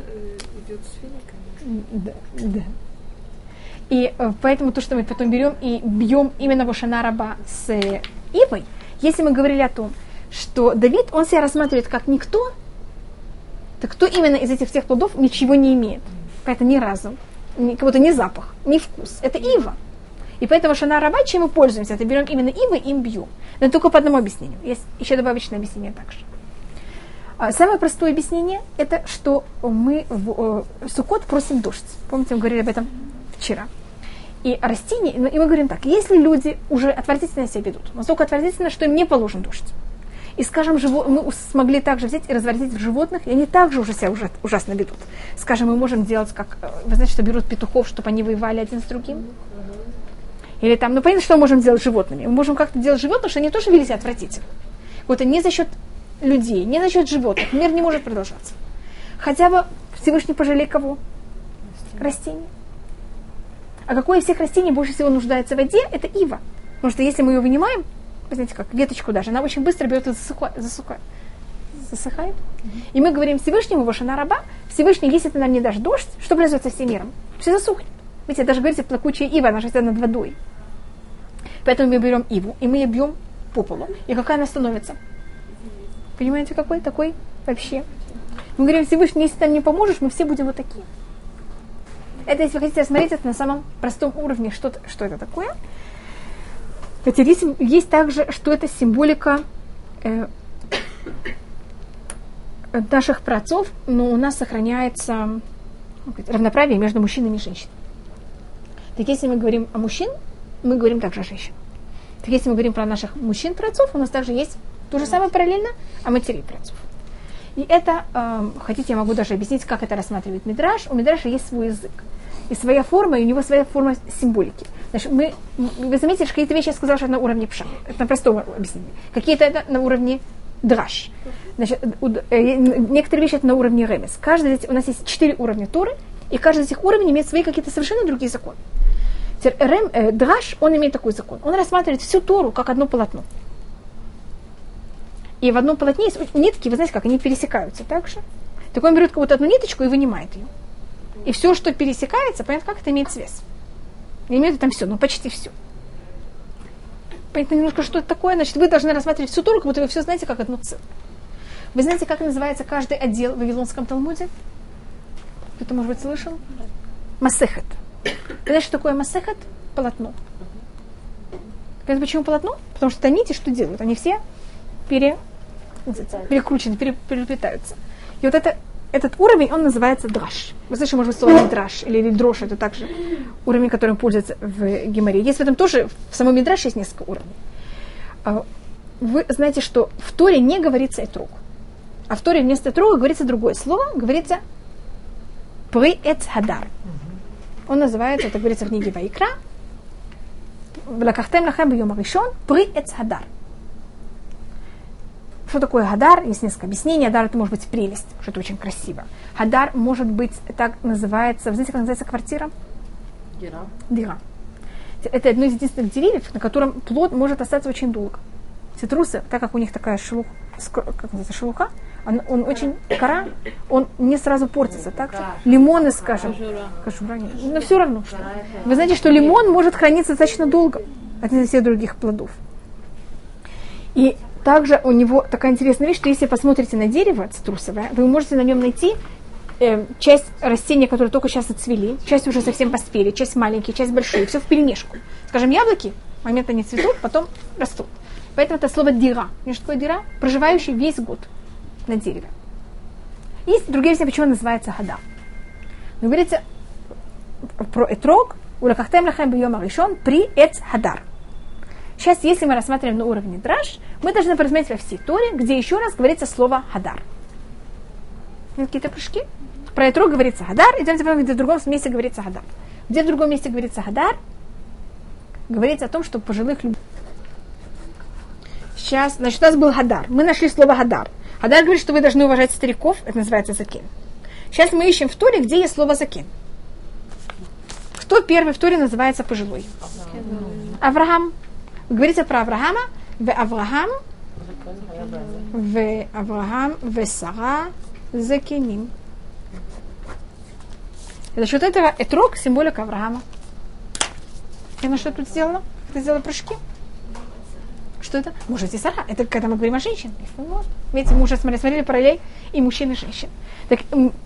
Да, да. И поэтому то, что мы потом берем и бьем именно в Ошана Раба с ивой, если мы говорили о том, что Давид, он себя рассматривает как никто, то кто именно из этих всех плодов ничего не имеет? Это ни разу, ни, как будто ни запах, ни вкус. Это ива. И поэтому шана раба, чем мы пользуемся, это берем именно ивы и им бьем. Но только по одному объяснению. Есть еще добавочное объяснение также. Самое простое объяснение, это что мы в Суккот просим дождь. Помните, мы говорили об этом вчера. И растения, и мы говорим так, если люди уже отвратительно себя ведут, настолько отвратительно, что им не положен дождь, и, скажем, мы смогли также взять и развратить в животных, и они также уже себя уже ужасно ведут. Скажем, мы можем делать, как, вы знаете, что берут петухов, чтобы они воевали один с другим? Или там, ну понятно, что мы можем делать с животными. Мы можем как-то делать с животными, что они тоже вели себя отвратительно. Вот и не за счет людей, не за счет животных. Мир не может продолжаться. Хотя бы Всевышний пожалей кого? Растения. А какое из всех растений больше всего нуждается в воде? Это ива. Потому что если мы ее вынимаем, вы знаете как, веточку даже, она очень быстро берет и засухает. засухает. засыхает. Mm-hmm. И мы говорим Всевышнему, ваша раба, Всевышний, если ты нам не дашь дождь, что произойдет со всем миром? Все засухнет. Видите, даже говорите, плакучая ива, она живет над водой. Поэтому мы берем иву, и мы ее бьем по полу. И какая она становится? Понимаете, какой? Такой вообще. Мы говорим, Всевышний, если ты нам не поможешь, мы все будем вот такие. Это, если вы хотите рассмотреть, это на самом простом уровне, что, что это такое. Хотя есть, есть также, что это символика э, наших праотцов, но у нас сохраняется равноправие между мужчинами и женщинами. Так если мы говорим о мужчин, мы говорим также о женщинах. Так если мы говорим про наших мужчин-праотцов, у нас также есть то же самое параллельно о матерей-праотцов. И это, э, хотите, я могу даже объяснить, как это рассматривает Мидраш. У Мидраша есть свой язык. И своя форма, и у него своя форма символики. Значит, мы, вы заметили, что какие-то вещи я сказала, что это на уровне пша. Это на простом объяснении. Какие-то это на уровне драш. Значит, э, некоторые вещи это на уровне ремес. Каждый, у нас есть четыре уровня Торы, и каждый из этих уровней имеет свои какие-то совершенно другие законы. Рем, э, драш, он имеет такой закон. Он рассматривает всю Тору как одно полотно. И в одном полотне есть нитки, вы знаете, как они пересекаются так же. Так он берет какую-то одну ниточку и вынимает ее. И все, что пересекается, понятно, как это имеет связь. Не имеет там все, но почти все. Понятно немножко, что это такое. Значит, вы должны рассматривать всю Тору, как будто вы все знаете, как одно целое. Вы знаете, как называется каждый отдел в Вавилонском Талмуде? Кто-то, может быть, слышал? Масехет. Вы знаете, что такое масехет? Полотно. Знаете, почему полотно? Потому что это нити что делают? Они все пере... перекручены, пере... переплетаются. И вот это, этот уровень, он называется драш. Вы слышите, может быть, слово драш или, или дрош, это также уровень, которым пользуется в Гемаре. Есть в этом тоже, в самом Мидраше есть несколько уровней. Вы знаете, что в Торе не говорится этрог. А в Торе вместо этрога говорится другое слово, говорится при эц хадар. Он называется, это говорится в книге Ваикра, «Влакахтем лахем бьем аришон при эц хадар». Что такое хадар? Есть несколько объяснений. Хадар это может быть прелесть, что это очень красиво. Хадар может быть, так называется, вы знаете, как называется квартира? Дира. Дира. Это одно из единственных деревьев, на котором плод может остаться очень долго. Цитрусы, так как у них такая шелуха, как называется, шелуха, он, он очень, кора, он не сразу портится. Так же? Лимоны, скажем, кожура, но все равно. Что. Вы знаете, что лимон может храниться достаточно долго от всех других плодов. И также у него такая интересная вещь, что если посмотрите на дерево цитрусовое, вы можете на нем найти э, часть растения, которые только сейчас отцвели, часть уже совсем поспели, часть маленькие, часть большие, все вперемешку. Скажем, яблоки, в момент они цветут, потом растут. Поэтому это слово дира. Что такое дира? Проживающий весь год на дереве. Есть другие объяснения, почему он называется хада. Но говорится про этрог, улакахтем лахем бьем аришон при эц хадар. Сейчас, если мы рассматриваем на уровне драш, мы должны рассмотреть во всей Торе, где еще раз говорится слово хадар. Какие-то прыжки? Про этрог говорится хадар, идемте посмотрим, где в другом месте говорится хадар. Где в другом месте говорится хадар, говорится о том, что пожилых людей. Сейчас, значит, у нас был хадар. Мы нашли слово хадар. Хадар говорит, что вы должны уважать стариков, это называется закен. Сейчас мы ищем в Торе, где есть слово закен. Кто первый в Торе называется пожилой? Авраам. Говорится про Авраама, в Авраам, в Авраам, в Сара, закеним. За счет этого этрог символика Авраама. Я на что тут сделала? Ты сделала прыжки? Что это? Может, и Сара. Это когда мы говорим о женщинах. Вот. Видите, мы уже смотрели, смотрели параллель и мужчин, и женщин. Так,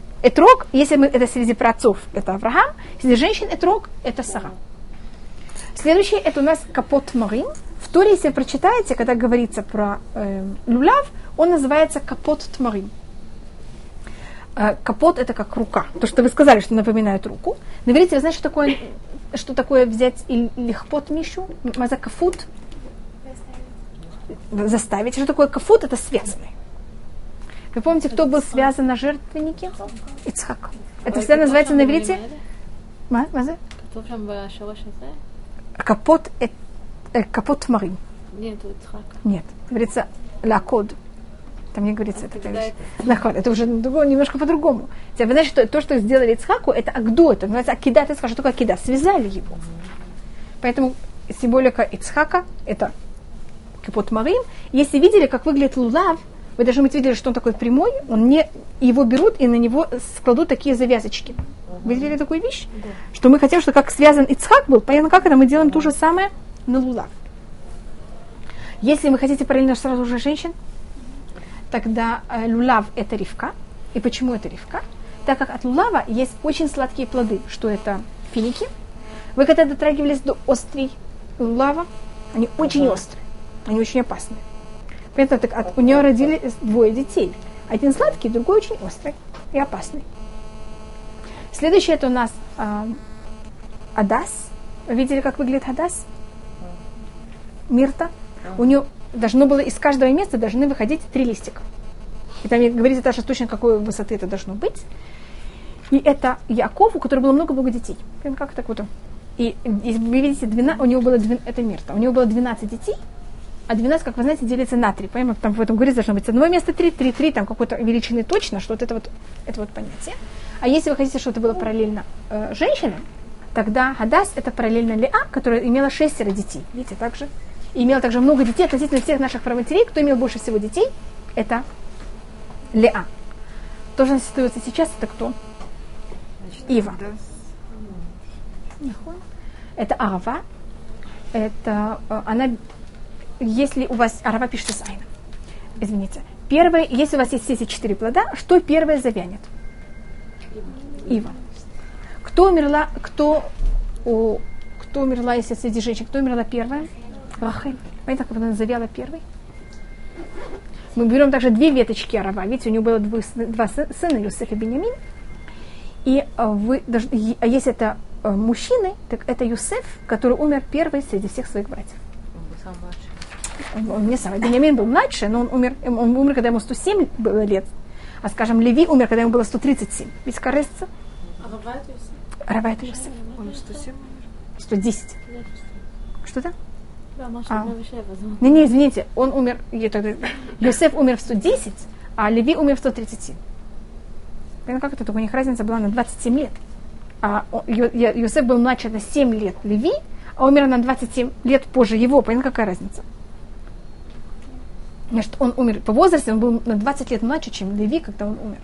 этрог, если мы, это среди праотцов, это Авраам, среди женщин этрог, это Сара. Следующее, это у нас капот марим. В Торе, если вы прочитаете, когда говорится про э, люляв, он называется капот тмарим. Э, капот это как рука. То, что вы сказали, что напоминает руку. Но видите, вы знаете, что такое, что такое взять и лихпот мишу? Маза кафут? Заставить. Что такое кафут? Это связанный. Вы помните, кто был связан на жертвеннике? Ицхак. Это всегда называется на иврите? Маза? Капот это капот марим. Нет, у Ицхака. Нет, говорится лакод. Там не говорится это. Это, это уже немножко по-другому. Вы знаете, что то, что сделали Ицхаку, это агдо, это называется акида. Ты скажешь, что такое акида? Связали его. Поэтому символика Ицхака это капот марим. Если видели, как выглядит лулав, вы даже мы видели, что он такой прямой, он не, его берут и на него складут такие завязочки. Вы видели такую вещь? Да. Что мы хотим, что как связан Ицхак был, понятно, как это мы делаем то же самое на лулав. Если вы хотите параллельно сразу же женщин, тогда э, лулав это ривка. И почему это ривка? Так как от лулава есть очень сладкие плоды, что это финики. Вы когда дотрагивались до острий лулава, они очень ага. острые, они очень опасные. Поэтому так, от, у нее родились двое детей. Один сладкий, другой очень острый и опасный. Следующее это у нас э, адас. Вы видели, как выглядит адас? Мирта. У нее должно было из каждого места должны выходить три листика. И там говорится даже точно, какой высоты это должно быть. И это Яков, у которого было много-много детей. Как так вот. И, и вы видите, двенадцать, у него было двенадцать, это Мирта. У него было двенадцать детей, а двенадцать, как вы знаете, делится на три. Понимаете, там в этом говорится, должно быть с одного места три, три, три, там какой-то величины точно, что вот это вот, это вот понятие. А если вы хотите, чтобы это было параллельно э, женщинам, тогда Хадас это параллельно Леа, которая имела шестеро детей. Видите, также. И имела также много детей относительно всех наших праматерей. Кто имел больше всего детей, это Леа. То, что остается сейчас, это кто? Значит, Ива. Да. Это Арава. Это э, она, если у вас, Арава пишется с Айна. Извините. Первое, если у вас есть все эти четыре плода, что первое завянет? Ива. Кто умерла, кто, о, кто умерла, если среди женщин, кто умерла первая? Рахель. Понимаете, как она завяла первой? Мы берем также две веточки Арава. Видите, у него было два, два сына, Юсеф и Беньямин. И вы, а если это мужчины, так это Юсеф, который умер первый среди всех своих братьев. Он был самый младший. Он не самый. Беньямин был младше, но он умер, он умер, когда ему сто семь было лет. А, скажем, Леви умер, когда ему было сто тридцать семь. Ведь корыстца. Арава это Юсеф? Арава это Юсеф. Он сто семь умер? сто десять. Что-то? А. Не, не, извините, он умер, Йосеф умер в сто десять, а Леви умер в сто тридцать семь. Понимаете, как это? Только у них разница была на двадцать семь лет. А Йосеф был младше на семь лет Леви, а умер на двадцать семь лет позже его. Понимаете, какая разница? Значит, он умер по возрасту, он был на двадцать лет младше, чем Леви, когда он умер.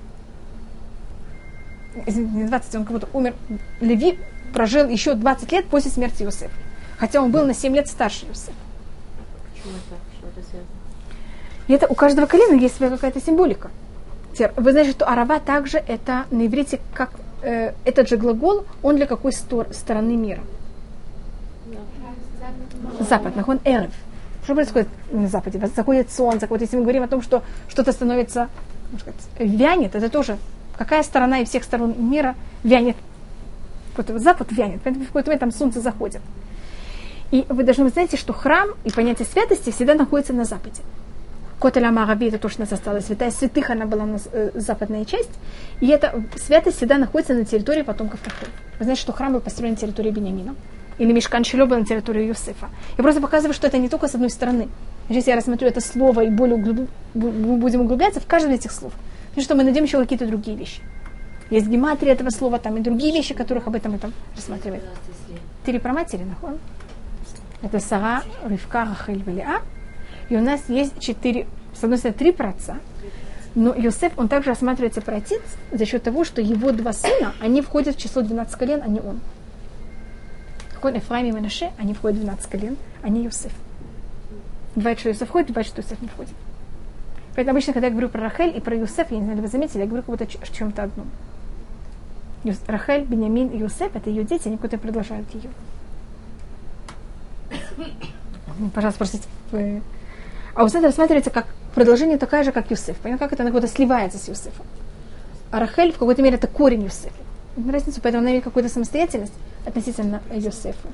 Извините, не двадцать, он как будто умер. Леви прожил еще двадцать лет после смерти Йосефа. Хотя он был на семь лет старше Юсефа. Почему это? Что это связано? И это у каждого колена есть своя какая-то символика. Вы знаете, что Арава также это на иврите, как э, этот же глагол, он для какой стор- стороны мира? Да. Запад. Он эрев. Что происходит на западе? Заходит солнце. Вот если мы говорим о том, что что-то становится, можно сказать, вянет, это тоже какая сторона из всех сторон мира вянет. Вот запад вянет. Поэтому в какой-то момент там солнце заходит. И вы должны знать, что храм и понятие святости всегда находится на западе. Котель Амарави, это то, что у нас осталось. Святая святых, она была у нас э, западная часть. И эта святость всегда находится на территории потомков Рахель. Вы знаете, что храм был построен на территории Беньямина. Или Мишкан Шило был на территории Юсефа. Я просто показываю, что это не только с одной стороны. Если я рассмотрю это слово и более углуб... будем углубляться в каждом из этих слов. Потому что мы найдем еще какие-то другие вещи. Есть гематрия этого слова, там и другие вещи, которых об этом мы там рассматриваем. Три про матери, нахон. Это Сара, Ривка, Рахель, Леа. И у нас есть четыре, с одной стороны, три про отца. Но Йосеф, он также рассматривается про отец за счет того, что его два сына, они входят в число двенадцать колен, а не он. Такой Эфраим и Менаше, они входят в двенадцать колен, а не Йосеф. Бывает, что Йосеф входит, бывает, что Йосеф не входит. Поэтому обычно, когда я говорю про Рахель и про Йосеф, я не знаю, вы заметили, я говорю как будто о чем-то одном. Рахель, Беньямин и Йосеф, это ее дети, они куда-то продолжают ее. Пожалуйста, спросите. А Усет рассматривается как продолжение такая же, как Юсеф. Понятно, как это? Она как-то сливается с Юсефом. А Рахель в какой-то мере это корень Юсефа. Разницу, поэтому она имеет какую-то самостоятельность относительно Юсефа.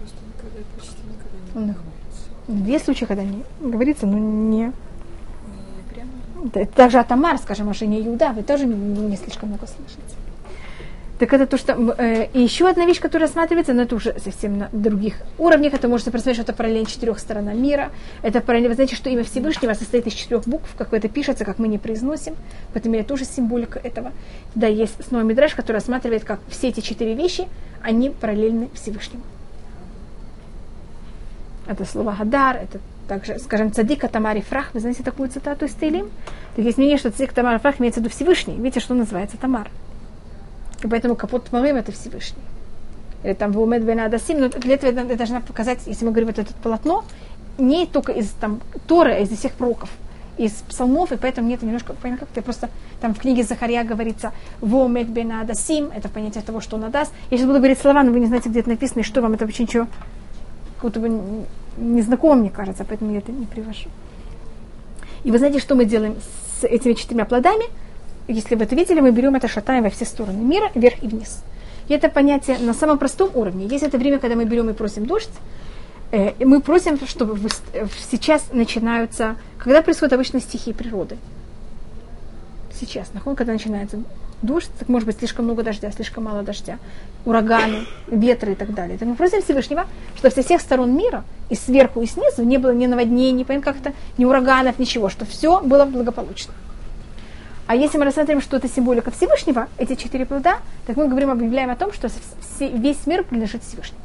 Две случаи, когда не говорится, но не... Это также о Тамар, скажем, о жене Иуда, вы тоже не, не слишком много слышите. Так это то, что... Э, и еще одна вещь, которая рассматривается, но это уже совсем на других уровнях. Это можете представить, что это параллель четырех сторонам мира. Это параллель... Вы знаете, что имя Всевышнего состоит из четырех букв, как это пишется, как мы не произносим. Поэтому это тоже символика этого. Да, есть снова Мидраш, который рассматривает, как все эти четыре вещи, они параллельны Всевышнему. Это слово Гадар, это также, скажем, Цадика, Тамар и Фрах. Вы знаете такую цитату из Теилим? Так есть мнение, что Цадик, Тамар и Фрах имеется в виду Всевышний. Видите, что называется Тамар. И поэтому Капот Тмарим это Всевышний. Или там Вумед Бен Адасим. Но для этого я должна показать, если мы говорим вот это полотно, не только из там, Торы, а из всех пророков, из псалмов, и поэтому мне это немножко, понятно, как-то просто там в книге Захария говорится Вумед Бен Адасим, это понятие того, что он отдаст. Я сейчас буду говорить слова, но вы не знаете, где это написано, и что вам это вообще ничего, как будто бы незнакомо, мне кажется, поэтому я это не привожу. И вы знаете, что мы делаем с этими четырьмя плодами? Если вы это видели, мы берем это, шатаем во все стороны мира, вверх и вниз. И это понятие на самом простом уровне. Есть это время, когда мы берем и просим дождь, э, и мы просим, чтобы вы, э, сейчас начинаются... Когда происходят обычно стихии природы? Сейчас. Когда начинается дождь, так может быть слишком много дождя, слишком мало дождя, ураганы, ветры и так далее. Так мы просим Всевышнего, чтобы со всех сторон мира, и сверху, и снизу, не было ни наводнений, как-то, ни ураганов, ничего, что все было благополучно. А если мы рассмотрим, что это символика Всевышнего, эти четыре плода, так мы говорим, объявляем о том, что все, весь мир принадлежит Всевышнему.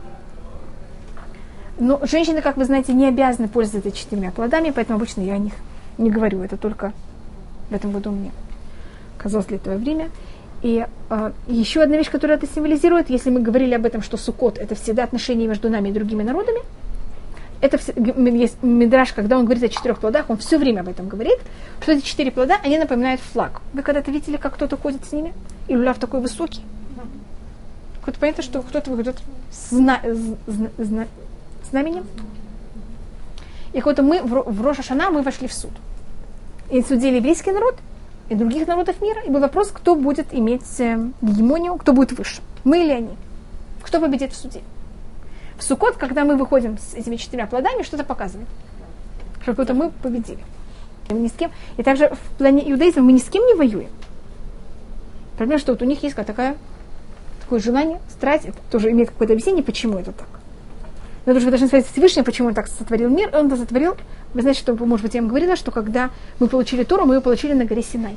Но женщины, как вы знаете, не обязаны пользоваться четырьмя плодами, поэтому обычно я о них не говорю. Это только в этом году мне казалось для этого время. И э, еще одна вещь, которая это символизирует, если мы говорили об этом, что Суккот – это всегда отношения между нами и другими народами, это есть Мидраш, когда он говорит о четырех плодах, он все время об этом говорит, что эти четыре плода, они напоминают флаг. Вы когда-то видели, как кто-то ходит с ними? И люляв такой высокий? Кто-то понятно, что кто-то выходит с зна- зна- зна- знаменем? И вот мы в Рош ха-Шана мы вошли в суд. И судили еврейский народ и других народов мира. И был вопрос, кто будет иметь гегемонию, кто будет выше. Мы или они? Кто победит в суде? В Суккот, когда мы выходим с этими четырьмя плодами, что-то показывает. Что будто мы победили. Мы ни с кем. И также в плане иудаизма мы ни с кем не воюем. Проблема, что вот у них есть такая, такое желание, страсть. Это тоже имеет какое-то объяснение, почему это так. Но потому что вы должны сказать Всевышнему, почему он так сотворил мир. Он это сотворил. Вы знаете, что, может быть, я вам говорила, что когда мы получили Тору, мы ее получили на горе Синай.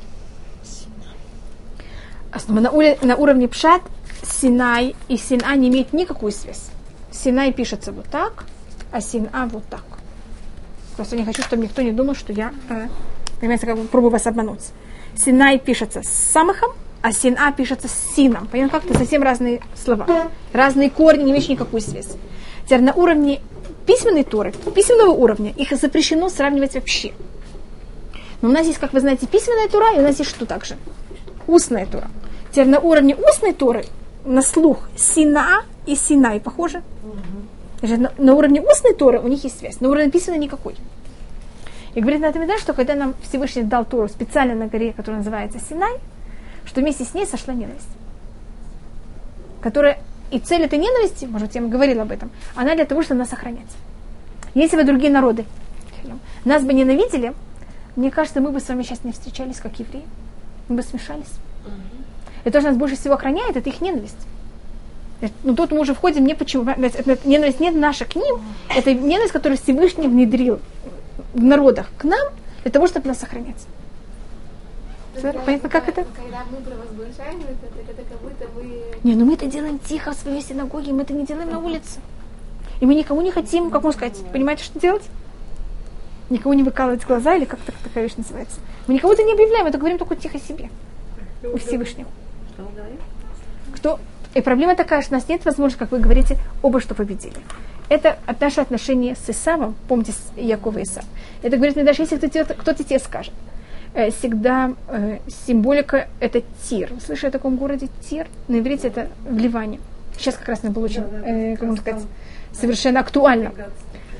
Основа на, уре, на уровне Пшат Синай и Сина не имеют никакую связь. Синай пишется вот так, а Сина вот так. Просто не хочу, чтобы никто не думал, что я, э, понимаете, как бы пробую вас обмануть. Синай пишется с самахом, а Сина пишется с сином. Понимаете, как-то совсем разные слова. Разные корни, не имеющие никакую связь. Теперь на уровне письменной Торы, письменного уровня, их запрещено сравнивать вообще. Но у нас есть, как вы знаете, письменная Тора, и у нас есть что также? Устная Тора. Теперь на уровне устной Торы, на слух, Сина и Синай похоже. Mm-hmm. На, на уровне устной Торы у них есть связь, на уровне письменной никакой. И говорит на этом, что когда нам Всевышний дал Тору специально на горе, которая называется Синай, что вместе с ней сошла ненависть. Которая, и цель этой ненависти, может быть, я вам говорила об этом, она для того, чтобы нас охранять. Если бы другие народы нас бы ненавидели, мне кажется, мы бы с вами сейчас не встречались, как евреи. Мы бы смешались. Mm-hmm. И то, что нас больше всего охраняет, это их ненависть. Ну, тут мы уже входим не почему. Это ненависть не наша к ним, это ненависть, которую Всевышний внедрил в народах к нам, для того, чтобы нас охранять. Когда, понятно, как это? Когда мы провозглашаем это, это, это как будто мы... Не, ну мы это делаем тихо в своей синагоге, мы это не делаем на улице. И мы никому не хотим, как можно сказать, понимаете, что делать? Никому не выкалывать глаза, или как такая вещь называется. Мы никому это не объявляем, это говорим только тихо себе. У Всевышнего. Что мы говорим? Кто... И проблема такая, что у нас нет возможности, как вы говорите, оба что победили. Это от нашего отношения с Исавом, помните, с Якова и Исав. Это говорит мне, даже если кто-то, кто-то тебе скажет, э, всегда э, символика – это Тир. Вы слышали о таком городе Тир? На иврите это в Ливане. Сейчас как раз это было очень, э, как можно сказать, совершенно актуально.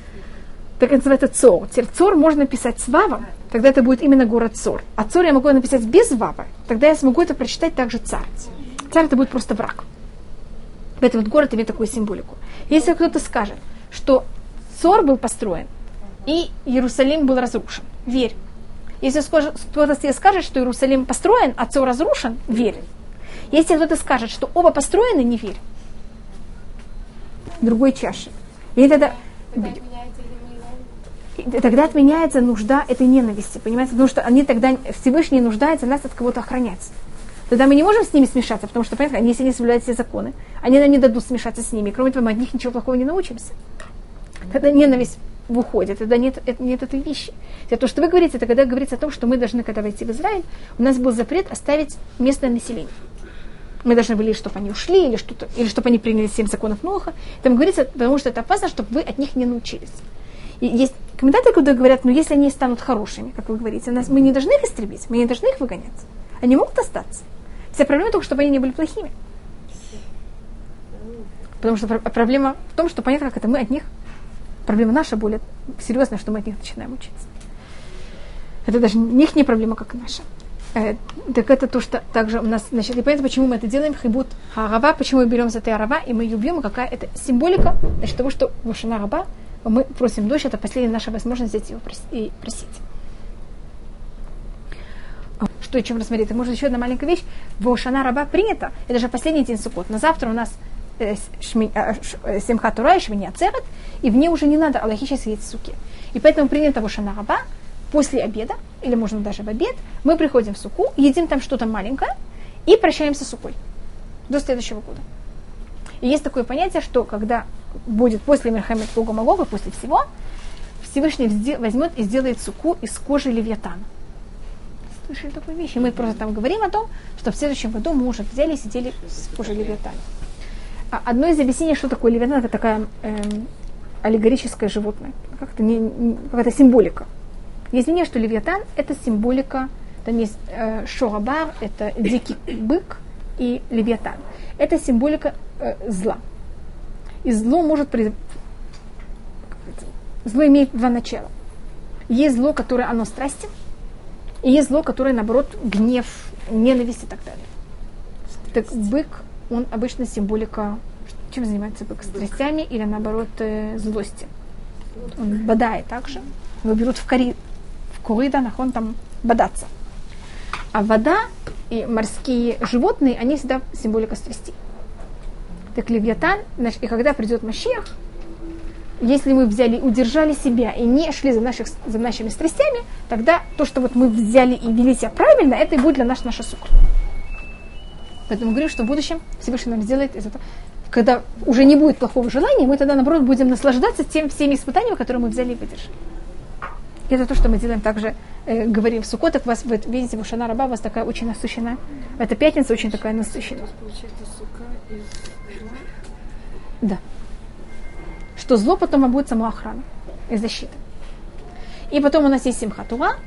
Так это называется Цор. Теперь Цор можно написать с вавом, тогда это будет именно город Цор. А Цор я могу написать без вава, тогда я смогу это прочитать также царь. Царь это будет просто враг. Поэтому вот город имеет такую символику. Если кто-то скажет, что Цор был построен и Иерусалим был разрушен, верь. Если кто-то тебе скажет, что Иерусалим построен, а Цор разрушен, верь. Если кто-то скажет, что оба построены, не верь. Другой чаши. И тогда... Тогда отменяется нужда этой ненависти, понимаете? Потому что они тогда, Всевышний нуждается нас от кого-то охранять. Тогда мы не можем с ними смешаться, потому что, понятно, если они соблюдают все законы, они нам не дадут смешаться с ними. Кроме того, мы от них ничего плохого не научимся. Тогда ненависть выходит, тогда нет, нет этой вещи. То, что вы говорите, это когда говорится о том, что мы должны, когда войти в Израиль, у нас был запрет оставить местное население. Мы должны были, чтобы они ушли, или, что-то, или чтобы они приняли семь законов Ноха. Там говорится, потому что это опасно, чтобы вы от них не научились. И есть комментаторы, которые говорят, ну если они станут хорошими, как вы говорите, нас, мы не должны их истребить, мы не должны их выгонять. Они могут остаться. Вся проблема только, чтобы они не были плохими. Потому что проблема в том, что понятно, как это мы от них, проблема наша более серьезная, что мы от них начинаем учиться. Это даже их не проблема, как и наша. Э, так это то, что также у нас, значит, и понятно, почему мы это делаем, хибут харава, почему мы берем за это арава, и мы ее бьем, какая это символика, значит, того, что в Шана Раба мы просим дочь, это последняя наша возможность взять его и просить. Что еще рассмотреть? Может, еще одна маленькая вещь. В Шана Раба принято, это же последний день Суккот. На завтра у нас э, шми, э, Симхат Тора и Шмини Ацерет, и в ней уже не надо аллахически есть суки. И поэтому принято в Шана Раба после обеда, или можно даже в обед, мы приходим в суку, едим там что-то маленькое и прощаемся с сукой до следующего года. И есть такое понятие, что когда будет после Мельхамет Гога Магога, после всего, Всевышний возьмет и сделает суку из кожи левиатана. Слышали такую вещь? И мы просто там говорим о том, что в следующем году мы уже взяли и сидели с кожей левиатана. А одно из объяснений, что такое левиатан, это такая эм, аллегорическое животное, как-то, не, не, какая-то символика. Есть мнение, что левиатан это символика, там есть э, шорабар, это дикий бык, и левиатан. Это символика э, зла. И зло может... При... Зло имеет два начала. Есть зло, которое оно страсти, и есть зло, которое, наоборот, гнев, ненависть и так далее. Так бык, он обычно символика... Чем занимается бык? Страстями или, наоборот, э, злости. Он бодает также. Его берут в кори... в курида, он там бодаться. А вода и морские животные, они всегда символика страстей. Так левиатан, значит, и когда придет Машиах, если мы взяли, удержали себя и не шли за, наших, за нашими страстями, тогда то, что вот мы взяли и вели себя правильно, это и будет для нас наша сука. Поэтому говорю, что в будущем Всевышний нам сделает из этого. Когда уже не будет плохого желания, мы тогда, наоборот, будем наслаждаться тем всеми испытаниями, которые мы взяли и выдержали. И это то, что мы делаем также, э, говорим в Суккот, так вас, вы видите, в Шана Раба у вас такая очень насыщенная. Эта пятница очень такая насыщенная. Получается, сука из зла? Да. Что зло потом будет самоохрана и защита. И потом у нас есть Симхат Тора.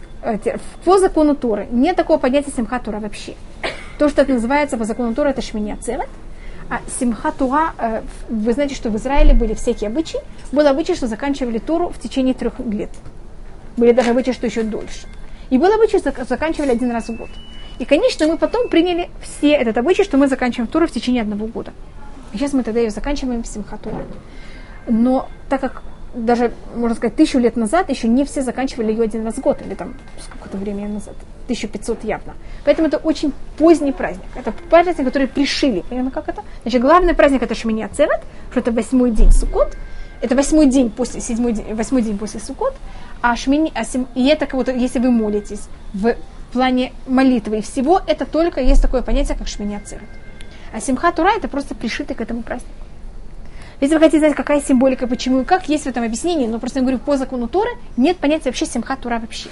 По закону Торы нет такого понятия Симхат Тора вообще. То, что это называется по закону Торы, это Шмини Ацерет. А Симхат Тора, вы знаете, что в Израиле были всякие обычаи. Был обычай, что заканчивали Тору в течение трех лет. Были даже обычаи, что еще дольше. И был обычай, что заканчивали один раз в год. И, конечно, мы потом приняли все этот обычай, что мы заканчиваем Тору в течение одного года. И сейчас мы тогда ее заканчиваем в Симхат Тора. Но так как даже, можно сказать, тысячу лет назад еще не все заканчивали ее один раз в год, или там сколько-то времени назад, тысяча пятьсот явно. Поэтому это очень поздний праздник. Это праздник, который пришили. Понимаете, как это? Значит, главный праздник это Шмини Ацерет, что это восьмой день Суккот. Это восьмой день после, седьмой день, восьмой день после Суккот. А Шмини, а сим, и это как-то, если вы молитесь в плане молитвы и всего, это только есть такое понятие, как Шмини Ацерет. А Симхат Тора это просто пришитый к этому празднику. Если вы хотите знать, какая символика, почему и как, есть в этом объяснение, но просто я говорю, по закону Торы нет понятия вообще Симхат Тора вообще.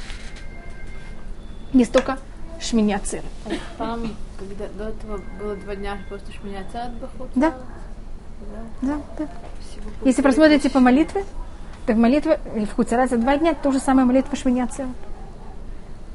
Не столько Шмини Ацерет. Там, когда до этого было два дня, просто Шмини Ацерет был? Да. Да, да. да. Если просмотрите по молитве, так молитва в Хуцерат за два дня, то же самое молитва Шмини Ацерет.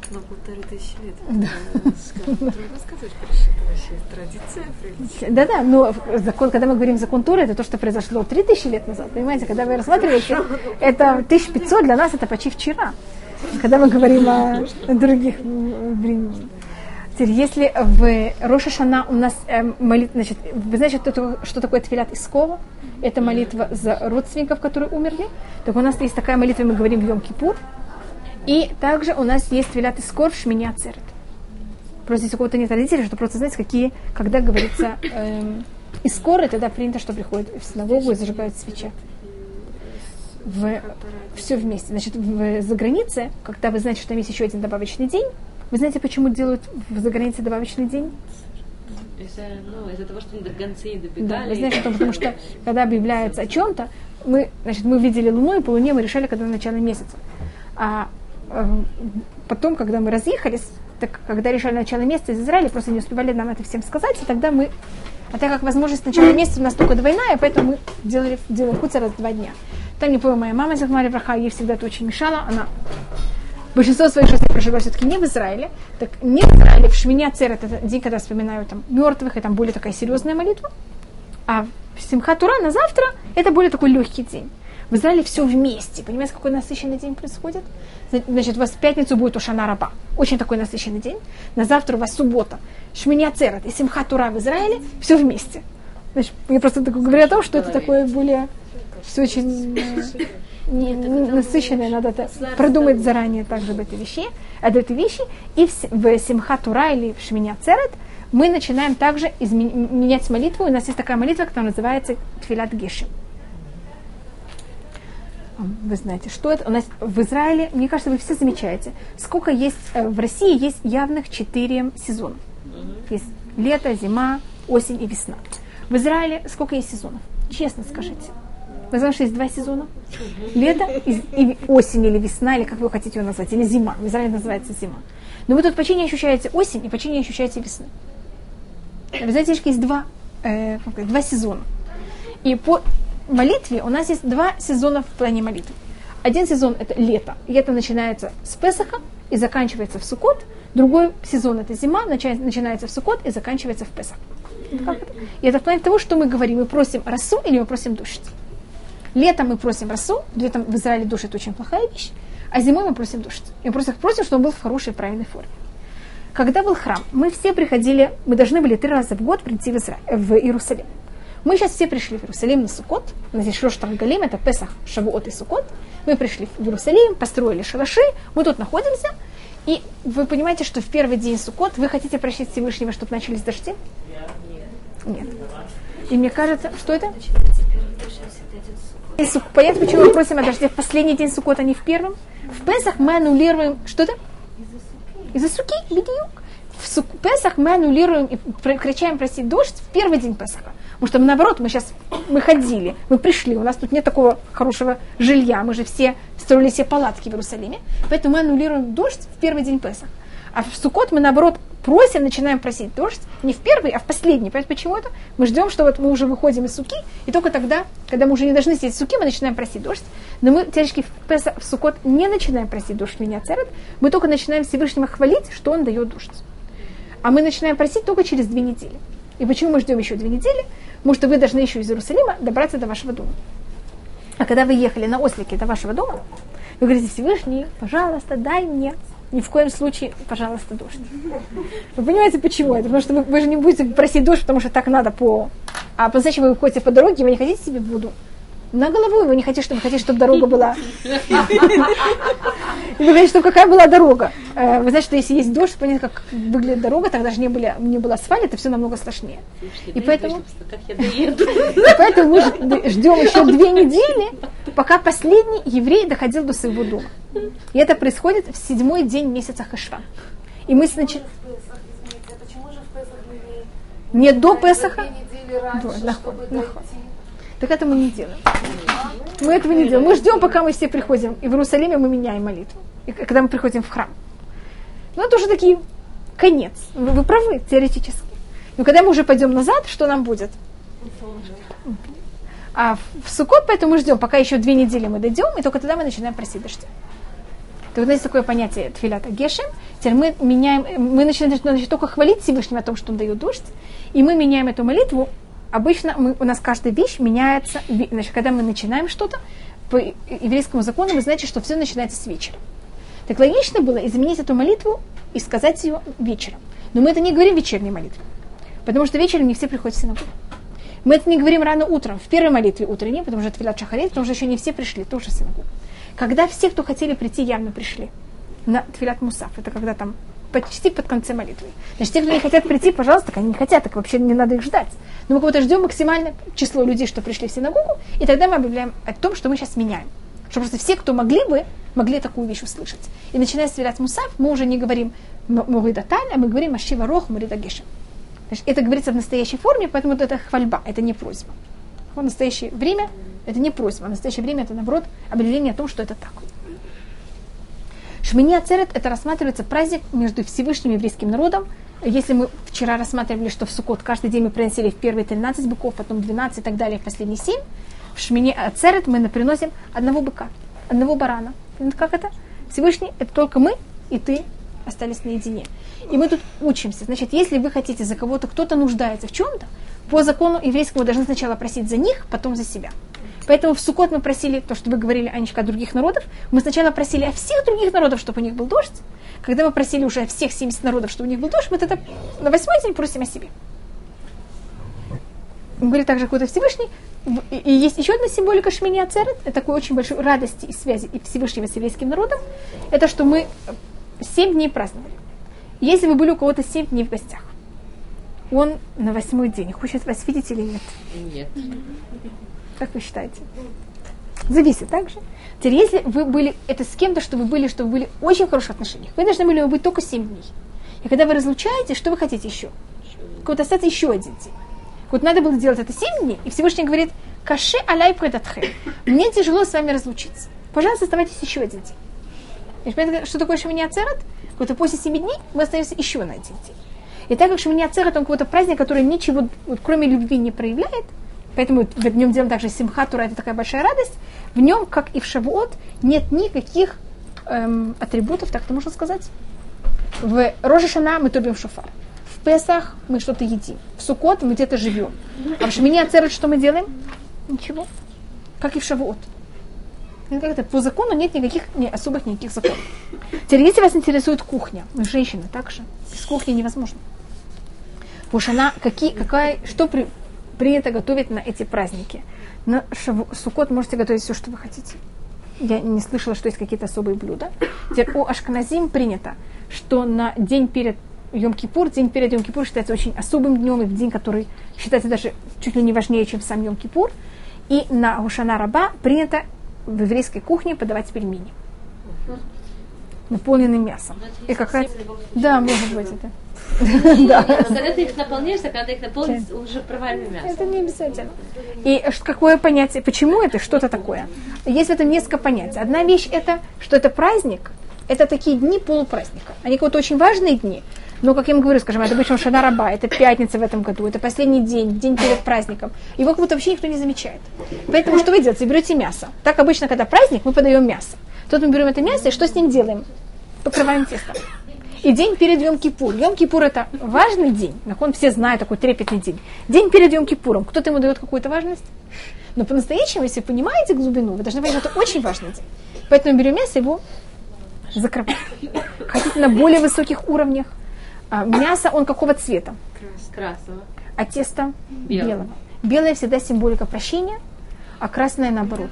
прошло полторы тысячи лет. Да. Трудно сказать, это вообще традиция приличная. Да-да, но закон, когда мы говорим закон Торы, это то, что произошло три тысячи лет назад. Понимаете, когда вы рассматриваете, это тысяча пятьсот, для нас это почти вчера. Когда мы говорим о других временах. Теперь, если в Рош ха-Шана у нас э, молитва, значит, вы знаете, что, что такое тфилат Искова? Это молитва за родственников, которые умерли. Так у нас есть такая молитва, мы говорим в Йом-Кипур. И также у нас есть тфилат Искор в Шмини Ацерет. Просто если у кого-то нет родителей, что просто знаете, какие, когда говорится эм, Искор, тогда принято, что приходят в синагогу и зажигают свечи. В, все вместе. Значит, в, за границей, когда вы знаете, что там есть еще один добавочный день, вы знаете, почему делают за границей добавочный день? Из-за, ну, из-за того, что до гонцы добегали. Да, вы знаете, что, потому что когда объявляется о чем-то, мы, значит, мы видели Луну, и по Луне мы решали, когда начало месяца. А э, потом, когда мы разъехались, так, когда решали начало месяца из Израиля, просто не успевали нам это всем сказать, и тогда мы, а так как возможность начала месяца у нас только двойная, поэтому мы делали, делали хуцер раз в два дня. Там, не помню, моя мама, Захмари Браха, ей всегда это очень мешало, она большинство своей жизни прожила все-таки не в Израиле, так не в Израиле, в Шмини Ацерет, это день, когда вспоминаю там мертвых, и там более такая серьезная молитва, а в Симхат Тора на завтра это более такой легкий день. В Израиле все вместе, понимаете, какой насыщенный день происходит? Значит, у вас в пятницу будет Ошана Раба, очень такой насыщенный день, на завтра у вас суббота, Шмини Ацерет и Симхат Тора в Израиле, все вместе. Значит, я просто говорю о том, что это такое более, все очень... насыщенное, надо это продумать заранее также об этой вещи, об этой вещи. И в, в Симхат Тора или в Шмини Ацерет мы начинаем также измен, менять молитву. У нас есть такая молитва, которая называется Тфилат Гешем. Вы знаете, что это? У нас в Израиле, мне кажется, вы все замечаете, сколько есть, в России есть явных четыре сезона. Есть лето, зима, осень и весна. В Израиле сколько есть сезонов? Честно скажите. Вы знаете, что есть два сезона? Лето и, и осень, или весна, или как вы хотите ее назвать, или зима. В Израиле называется зима. Но вы тут почти не ощущаете осень, и почти не ощущаете весны. Вы знаете, что есть два, э, как сказать, два сезона. И по молитве у нас есть два сезона в плане молитвы. Один сезон – это лето, и это начинается с Песаха и заканчивается в Суккот. Другой сезон – это зима, начинается в Суккот и заканчивается в Песах. Как это? И это в плане того, что мы говорим, мы просим росу или мы просим дождь. Летом мы просим росу, летом в Израиле дождь это очень плохая вещь, а зимой мы просим дождь. И мы просто просим, чтобы он был в хорошей, правильной форме. Когда был храм, мы все приходили, мы должны были три раза в год прийти в, Израиль, в Иерусалим. Мы сейчас все пришли в Иерусалим на Суккот, у нас есть Шлош Таргалим, это Песах, Шавуот и Суккот. Мы пришли в Иерусалим, построили шалаши, мы тут находимся, и вы понимаете, что в первый день Суккот вы хотите просить Всевышнего, чтобы начались дожди? Нет. И мне кажется, что это? Понятно, почему мы просим о дожде в последний день Суккота, а не в первом? В Песах мы аннулируем... Что-то? Из-за суки, бедюк. В сук... Песах мы аннулируем и прекращаем просить дождь в первый день Песаха. Потому что наоборот, мы сейчас мы ходили, мы пришли, у нас тут нет такого хорошего жилья, мы же все строили себе палатки в Иерусалиме, поэтому мы аннулируем дождь в первый день Песах. А в Суккот мы наоборот просим, начинаем просить дождь не в первый, а в последний. Понимаете, почему это? Мы ждем, что вот мы уже выходим из суки, и только тогда, когда мы уже не должны сидеть в суке, мы начинаем просить дождь. Но мы, теоретически, в Песах, в Суккот не начинаем просить дождь в Шмини Ацерет, мы только начинаем Всевышнего хвалить, что он дает дождь. А мы начинаем просить только через две недели. И почему мы ждем еще две недели? Потому что вы должны еще из Иерусалима добраться до вашего дома. А когда вы ехали на ослике до вашего дома, вы говорите: Всевышний, пожалуйста, дай мне. Ни в коем случае, пожалуйста, дождь. Вы понимаете, почему это? Потому что вы, вы же не будете просить дождь, потому что так надо по... А по-настоящему вы ходите по дороге, вы не хотите себе воду на голову, вы не хотите, чтобы, хотите, чтобы дорога была... Вы хотите, чтобы какая была дорога. Вы знаете, что если есть дождь, понятно, как выглядит дорога, тогда же не, были, не было асфальта, это все намного сложнее. И поэтому... поэтому мы ждем еще две недели, пока последний еврей доходил до своего дома. И это происходит в седьмой день месяца Хешван. И мы сначала... Не до Песаха? Так это мы не делаем. Мы этого не делаем. Мы ждем, пока мы все приходим. И в Иерусалиме мы меняем молитву. И когда мы приходим в храм. Ну, это уже такие конец. Вы, вы правы, теоретически. Но когда мы уже пойдем назад, что нам будет? А в Суккот, поэтому мы ждем, пока еще две недели мы дойдем, и только тогда мы начинаем просить дождя. вот есть такое понятие тфилат гешем. Теперь мы меняем, мы начинаем значит, только хвалить Всевышнего о том, что он дает дождь, и мы меняем эту молитву. Обычно мы, у нас каждая вещь меняется, значит, когда мы начинаем что-то, по еврейскому закону вы знаете, что все начинается с вечера. Так логично было изменить эту молитву и сказать ее вечером. Но мы это не говорим в вечерней молитве, потому что вечером не все приходят в синагогу. Мы это не говорим рано утром, в первой молитве утренней, потому что тфилат шахарит, потому что еще не все пришли, тоже в синагогу. Когда все, кто хотели прийти, явно пришли на тфилат мусаф, это когда там почти под конце молитвы. Значит, те, кто не хотят прийти, пожалуйста, так они не хотят, так вообще не надо их ждать. Но мы кого-то ждем максимальное число людей, что пришли в синагогу, и тогда мы объявляем о том, что мы сейчас меняем. Чтобы просто все, кто могли бы, могли такую вещь услышать. И начиная с тфилат мусаф, мы уже не говорим мурида таль, а мы говорим ашива рох мурида гешем. Это говорится в настоящей форме, поэтому это хвальба, это не просьба. В настоящее время это не просьба, в настоящее время это, наоборот, объявление о том, что это так. Шмини Ацерет это рассматривается праздник между Всевышним и еврейским народом. Если мы вчера рассматривали, что в Суккот каждый день мы приносили в первые тринадцать быков, потом двенадцать и так далее, в последние семь, в Шмини Ацерет мы приносим одного быка, одного барана. Как это? Всевышний это только мы и ты остались наедине. И мы тут учимся. Значит, если вы хотите за кого-то, кто-то нуждается в чем-то, по закону еврейскому должны сначала просить за них, потом за себя. Поэтому в Суккот мы просили, то, что вы говорили, Анечка, о других народов, мы сначала просили о всех других народов, чтобы у них был дождь. Когда мы просили уже о всех семьдесят народов, чтобы у них был дождь, мы тогда на восьмой день просим о себе. Мы говорили также какой-то Всевышний. И есть еще одна символика Шмини Ацерет, это такой очень большой радости и связи и Всевышнего с еврейским народом, это что мы семь дней праздновали. Если вы были у кого-то семь дней в гостях, он на восьмой день хочет вас видеть или нет? Нет. Как вы считаете? Зависит также. Теперь, если вы были, это с кем-то, что вы были, что вы были в очень хороших отношениях, вы должны были быть только семь дней. И когда вы разлучаете, что вы хотите еще? Кого-то остаться еще один день. Вот надо было делать это семь дней, и Всевышний говорит, каше алай предатхем. Мне тяжело с вами разлучиться. Пожалуйста, оставайтесь еще один день. Понимаете, что такое Шмини Ацерет? Вот после семи дней мы остаемся еще на один день. И так как Шмини Ацерет, он какой-то праздник, который ничего, вот, кроме любви, не проявляет, поэтому в нем делаем также Симха Тура, это такая большая радость, в нем, как и в Шавуот, нет никаких эм, атрибутов, так это можно сказать. В Рош ха-Шана мы трубим шофар. В Песах мы что-то едим. В Суккот мы где-то живем. А в Шмини Ацерет что мы делаем? Ничего. Как и в Шавуот. Как-то по закону нет никаких не, особых никаких законов. Теперь, если вас интересует кухня, женщина также, без кухни невозможно. Потому что она, какие, какая, что при, принято готовить на эти праздники. На шаву, Суккот можете готовить все, что вы хотите. Я не слышала, что есть какие-то особые блюда. Теперь у ашкеназим принято, что на день перед Йом-Кипур, день перед Йом-Кипур считается очень особым днем, и день, который считается даже чуть ли не важнее, чем сам Йом-Кипур. И на Гошана Раба принято в еврейской кухне подавать пельмени, наполненные мясом. И какая... Да, может быть это. Когда ты их наполняешь, а когда их наполнишь, уже проваливаем мясо. Это не обязательно. И какое понятие, почему это, что-то такое? Есть в этом несколько понятий. Одна вещь это, что это праздник, это такие дни полупраздника. Они какие-то очень важные дни. Но, как я вам говорю, скажем, это обычно Шана Раба, это пятница в этом году, это последний день, день перед праздником. Его как будто вообще никто не замечает. Поэтому что вы делаете? Вы берете мясо. Так обычно, когда праздник, мы подаем мясо. Тут мы берем это мясо, и что с ним делаем? Покрываем тестом. И день перед Йом-Кипур. Йом-Кипур это важный день. Он все знают, такой трепетный день. День перед Йом-Кипуром. Кто-то ему дает какую-то важность? Но по-настоящему, если вы понимаете глубину, вы должны понять, что это очень важный день. Поэтому берем мясо, его закрываем. Хотите на более высоких уровнях. А, мясо, он какого цвета? Красного. А тесто белого. белого. Белое всегда символика прощения, а красное наоборот.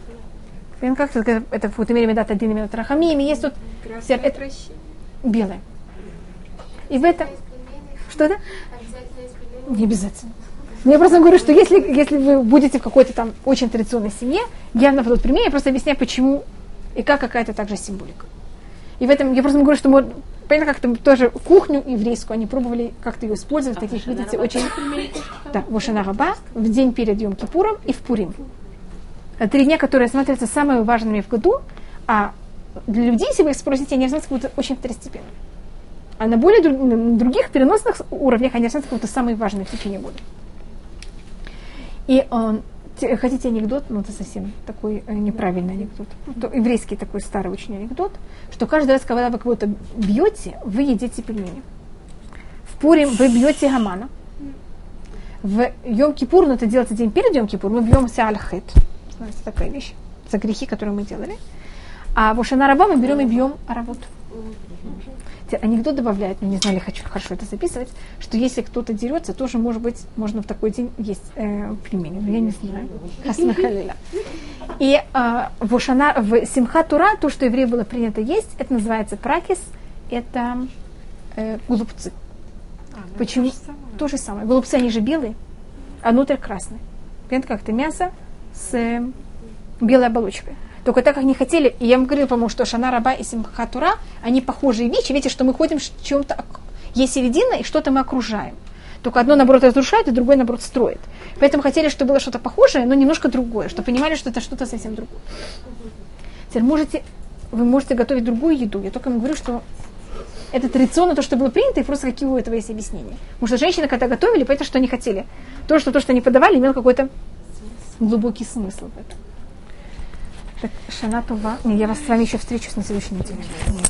Как это, это в Утемире Медат один минут Рахамими, есть тут красное это, прощение. Белое. И в этом... Что это? Не обязательно. Но я просто говорю, что если, если вы будете в какой-то там очень традиционной семье, явно будут примеры, я просто объясняю, почему и как какая-то также символика. И в этом я просто говорю, что мы, понятно, как-то тоже кухню еврейскую они пробовали как-то ее использовать, а таких, видите, очень... Да, в Шана Раба, в день перед Йом-Кипуром и в Пурим. Это три дня, которые рассматриваются самыми важными в году, а для людей, если вы их спросите, они рассматриваются как будто очень второстепенно. А на более друг, на других переносных уровнях они рассматриваются как будто самые важные в течение года. И он, хотите анекдот, но это совсем такой неправильный анекдот. Это еврейский такой старый очень анекдот, что каждый раз, когда вы кого-то бьете, вы едите пельмени. В Пурим вы бьете Гамана. В Йом-Кипур, но это делается день перед Йом-Кипур, мы бьем Сеаль-Хет. Знаете, такая вещь. За грехи, которые мы делали. А в Ошана Раба мы берем и бьем Аравот. Анекдот добавляет, но не знали, хочу хорошо это записывать, что если кто-то дерется, тоже, может быть, можно в такой день есть э, пельмени. Но я не знаю. И э, в, Ошана, в Симхат Тора, то, что еврею было принято есть, это называется пракис, это э, голубцы. А, Почему? То же самое. Голубцы, они же белые, а внутрь красные. Понятно, как это мясо с э, белой оболочкой. Только так, как не хотели, и я вам говорила, по-моему, что Шана Раба и Симхат Тора, они похожие вещи. Видите, что мы ходим в чем-то, есть середина, и что-то мы окружаем. Только одно, наоборот, разрушает, и другое, наоборот, строит. Поэтому хотели, чтобы было что-то похожее, но немножко другое, чтобы понимали, что это что-то совсем другое. Теперь можете, вы можете готовить другую еду. Я только вам говорю, что это традиционно то, что было принято, и просто какие у этого есть объяснения. Потому что женщины, когда готовили, поэтому что они хотели. То, что то, что они подавали, имело какой-то глубокий смысл в этом. Так, Шана Това. Я вас с вами еще встречусь на следующей неделе.